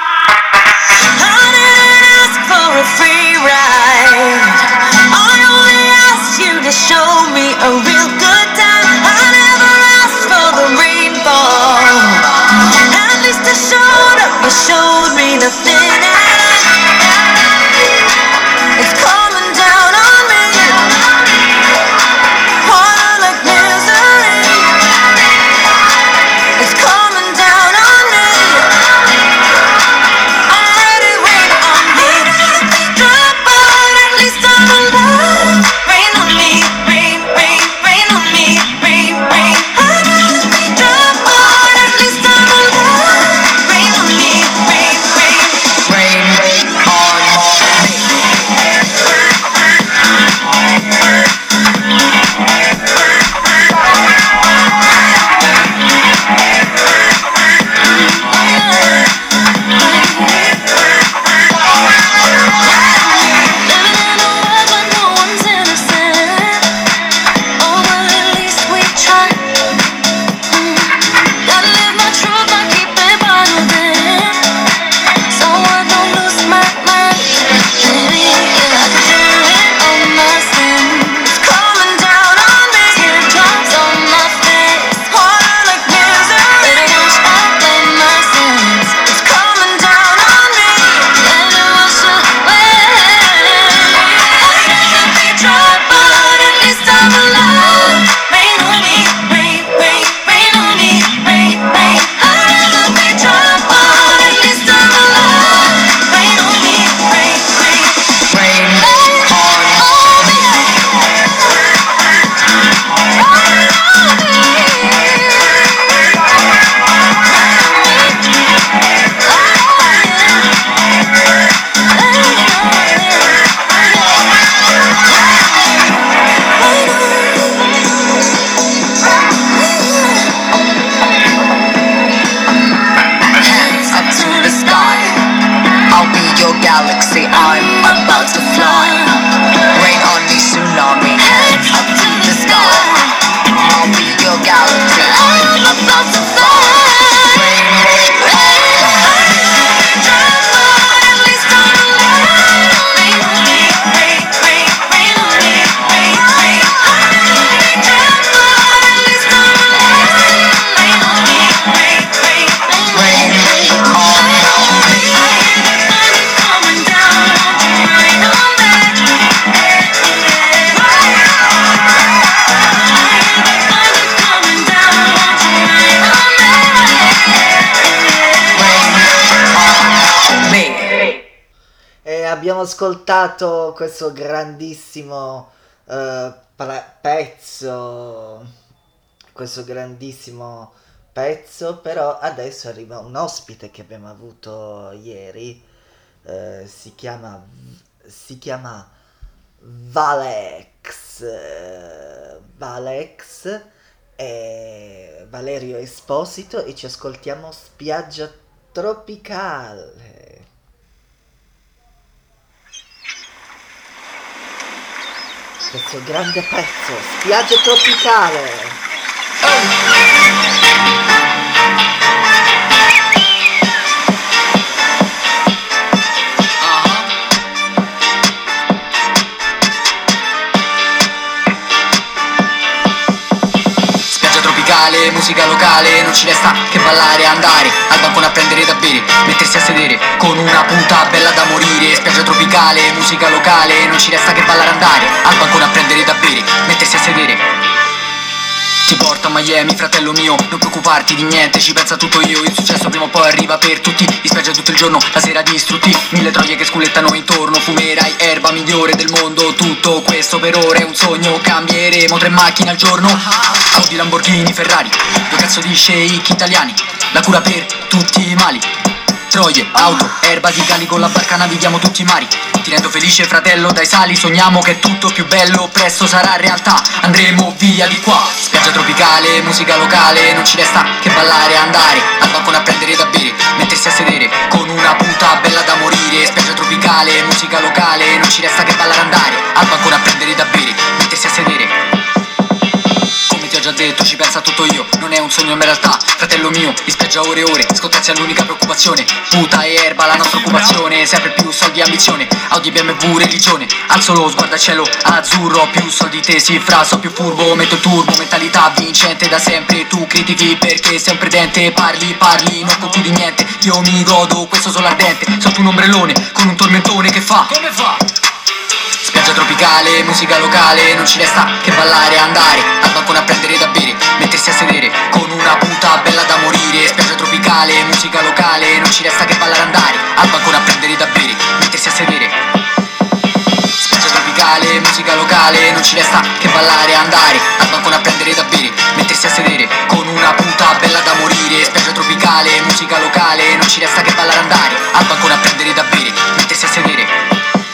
I didn't ask for a free ride, I only asked you to show me a real good time. I never asked for the rainfall, at least I showed up, you showed me nothing at all. It's coming down on me, water like misery. It's coming down on me, I'm ready, rain on me. Drop out, at least I'm alive. Rain on me, rain, rain, rain on me, rain, rain. Drop out, at least I'm alive. Rain on me, rain, rain, rain, rain on me. Galaxy, I'm about to fly. Rain on me, tsunami. Head up to the sky. I'll be your galaxy, I'm about to fly. Rain, rain, rain. Drop out, at least I'm alive. Rain on me, rain, rain, rain on me, rain, rain. Drop out, at least I'm alive. Rain on me, rain, rain, rain, rain on me. Abbiamo ascoltato questo grandissimo uh, pre- pezzo, questo grandissimo pezzo, però adesso arriva un ospite che abbiamo avuto ieri, uh, si chiama, si chiama Valex, uh, Valex e Valerio Esposito, e ci ascoltiamo Spiaggia Tropicale. Questo grande pezzo, Spiaggia Tropicale. tropicale, musica locale, non ci resta che ballare, andare al bancone a prendere da bere, mettersi a sedere con una puta bella da morire. Spiaggia tropicale, musica locale, non ci resta che ballare, andare al bancone a prendere da bere, mettersi a sedere. Ti porto a Miami, fratello mio, non preoccuparti di niente, ci pensa tutto io. Il successo prima o poi arriva per tutti, in spiaggia tutto il giorno, la sera distrutti. Mille troie che sculettano intorno, fumerai, erba migliore del mondo. Tutto questo per ora è un sogno, cambieremo tre macchine al giorno. Audi, Lamborghini, Ferrari, due cazzo di sceicchi italiani, la cura per tutti i mali. Troie, auto, erba di cali, con la barca navighiamo tutti i mari. Ti rendo felice fratello, dai sali, sogniamo che è tutto più bello, presto sarà realtà, andremo via di qua. Spiaggia tropicale, musica locale, non ci resta che ballare, andare al bancone a prendere da bere, mettersi a sedere con una puta bella da morire. Spiaggia tropicale, musica locale, non ci resta che ballare, andare al bancone a prendere da bere, mettersi a sedere. Ti ho già detto, ci pensa tutto io, non è un sogno ma realtà, fratello mio, in spiaggia ore e ore, scottarsi è l'unica preoccupazione, puta e erba la nostra occupazione, sempre più soldi e ambizione, Audi, B M W, religione, alzo lo sguardo al cielo azzurro, più soldi te si fra, so più furbo, metto il turbo, mentalità vincente da sempre, tu critichi perché sei un predente, parli, parli, non concludi niente, io mi godo questo sole ardente, sotto un ombrellone, con un tormentone che fa, come fa? Spiaggia tropicale, musica locale, non ci resta che ballare, andare al bancone a prendere da bere, mettersi a sedere con una puta bella da morire. Spiaggia tropicale, musica locale, non ci resta che ballare, andare al bancone a prendere da bere, mettersi a sedere. Spiaggia tropicale, musica locale, non ci resta che ballare, andare al bancone a prendere da bere, mettersi a sedere con una puta bella da morire. Spiaggia tropicale, musica locale, non ci resta che ballare, andare al bancone a prendere da bere, mettersi a sedere.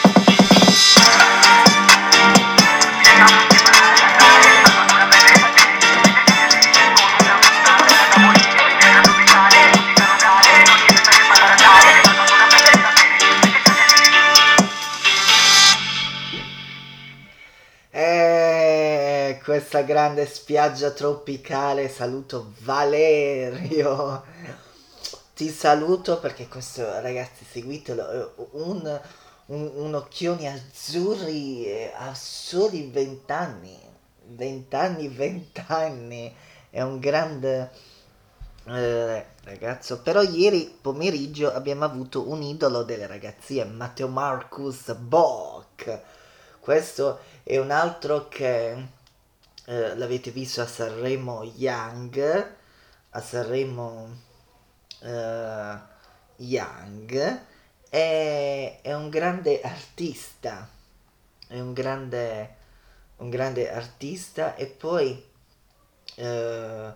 Questa grande spiaggia tropicale, saluto Valerio, ti saluto perché questo, ragazzi, seguitelo, un, un, un occhioni azzurri a soli vent'anni, vent'anni, vent'anni, è un grande eh, ragazzo. Però ieri pomeriggio abbiamo avuto un idolo delle ragazzie, Matteo Marcus Bock. Questo è un altro che Uh, l'avete visto a Sanremo Young, a Sanremo uh, Young, è, è un grande artista, è un grande, un grande artista e poi uh, uh,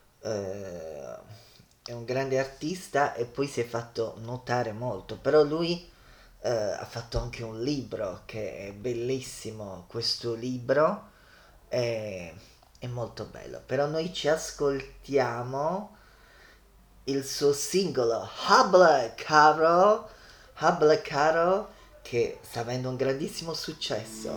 è un grande artista e poi si è fatto notare molto, però lui uh, ha fatto anche un libro che è bellissimo, questo libro. È, è molto bello, però noi ci ascoltiamo il suo singolo Habla Caro, Habla Caro, che sta avendo un grandissimo successo.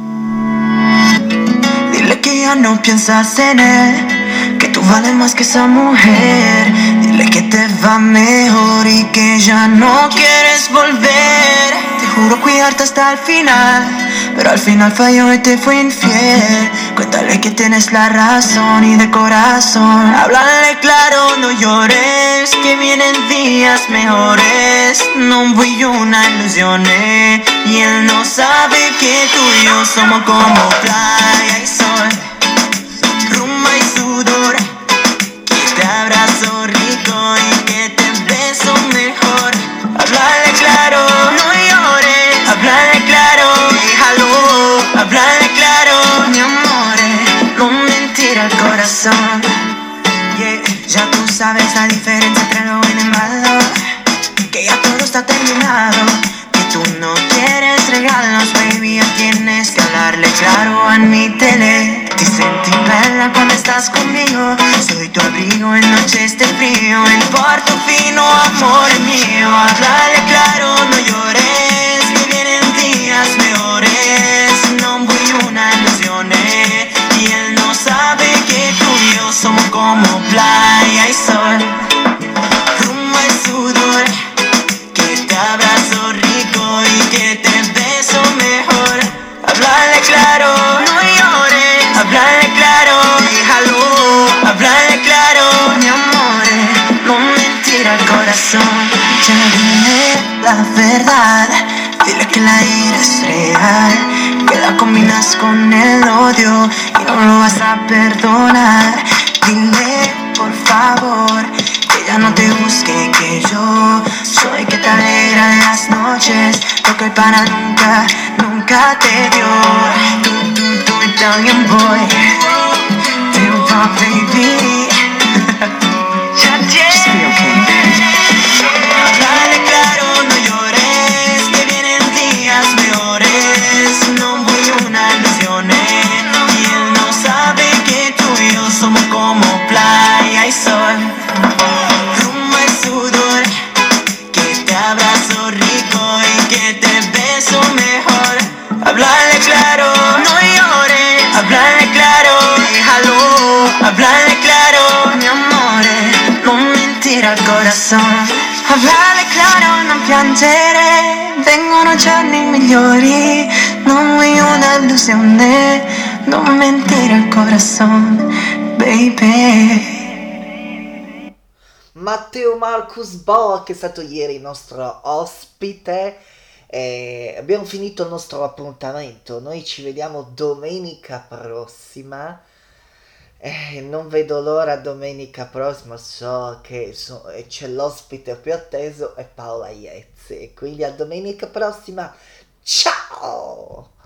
Dile que ya no piensas en él, que tú vales más que esa mujer. Dile que te va mejor y que ya no quieres volver. Te juro cuidarte hasta el final, pero al final falló y te fue infiel. Cuéntale que tienes la razón y de corazón háblale claro, no llores, que vienen días mejores. No voy una ilusión y él no sabe que tú y yo somos como playa y sol, rumba y sudor, que te abrazo rico y que te beso mejor. Háblale claro, no llores, háblale claro, déjalo, háblale claro, mi amor, no mentir al corazón. Yeah. Ya tú sabes la diferencia entre lo bueno y malo, que ya todo está terminado, que tú no quieres regalos, baby, ya tienes que hablarle claro, admítele. Te sentí bella cuando estás conmigo, soy tu abrigo en noches de frío, el porto fino, amor mío. Háblale claro, no llores, que vienen días mejores. No voy una ilusión y él no sabe que tú y yo somos como playa y sol, rumba y sudor, que te abrazo rico y que te beso mejor. Háblale claro, no llores, háblale claro, déjalo, háblale claro, mi amore, no mentir al corazón. Ya dime la verdad, dile que la ira es real, que la combinas con el odio y no lo vas a perdonar. Dile, por favor, que ya no te busque, que yo soy que te alegra en las noches, lo que el pana nunca, nunca te dio. Tú, tú, tú, Italian boy, Little pop baby. Just be okay. Háblale claro, no llores, que vienen días mejores. No voy a una ilusión, y él no sabe que tú y yo somos como playa y sol, rumba y sudor, que te abrazo rico y que te beso mejor. Háblale claro, no llores, háblale claro, déjalo, háblale claro, mi amore, non mentire al corazon. Háblale claro, non piangere, vengono giorni migliori, non vuoi una illusione, non mentire al corazon, baby. Matteo Marcus Boa, che è stato ieri il nostro ospite. Eh, abbiamo finito il nostro appuntamento, noi ci vediamo domenica prossima. Eh, non vedo l'ora domenica prossima, so che so, c'è l'ospite più atteso è Paola Iezzi, quindi a domenica prossima, ciao!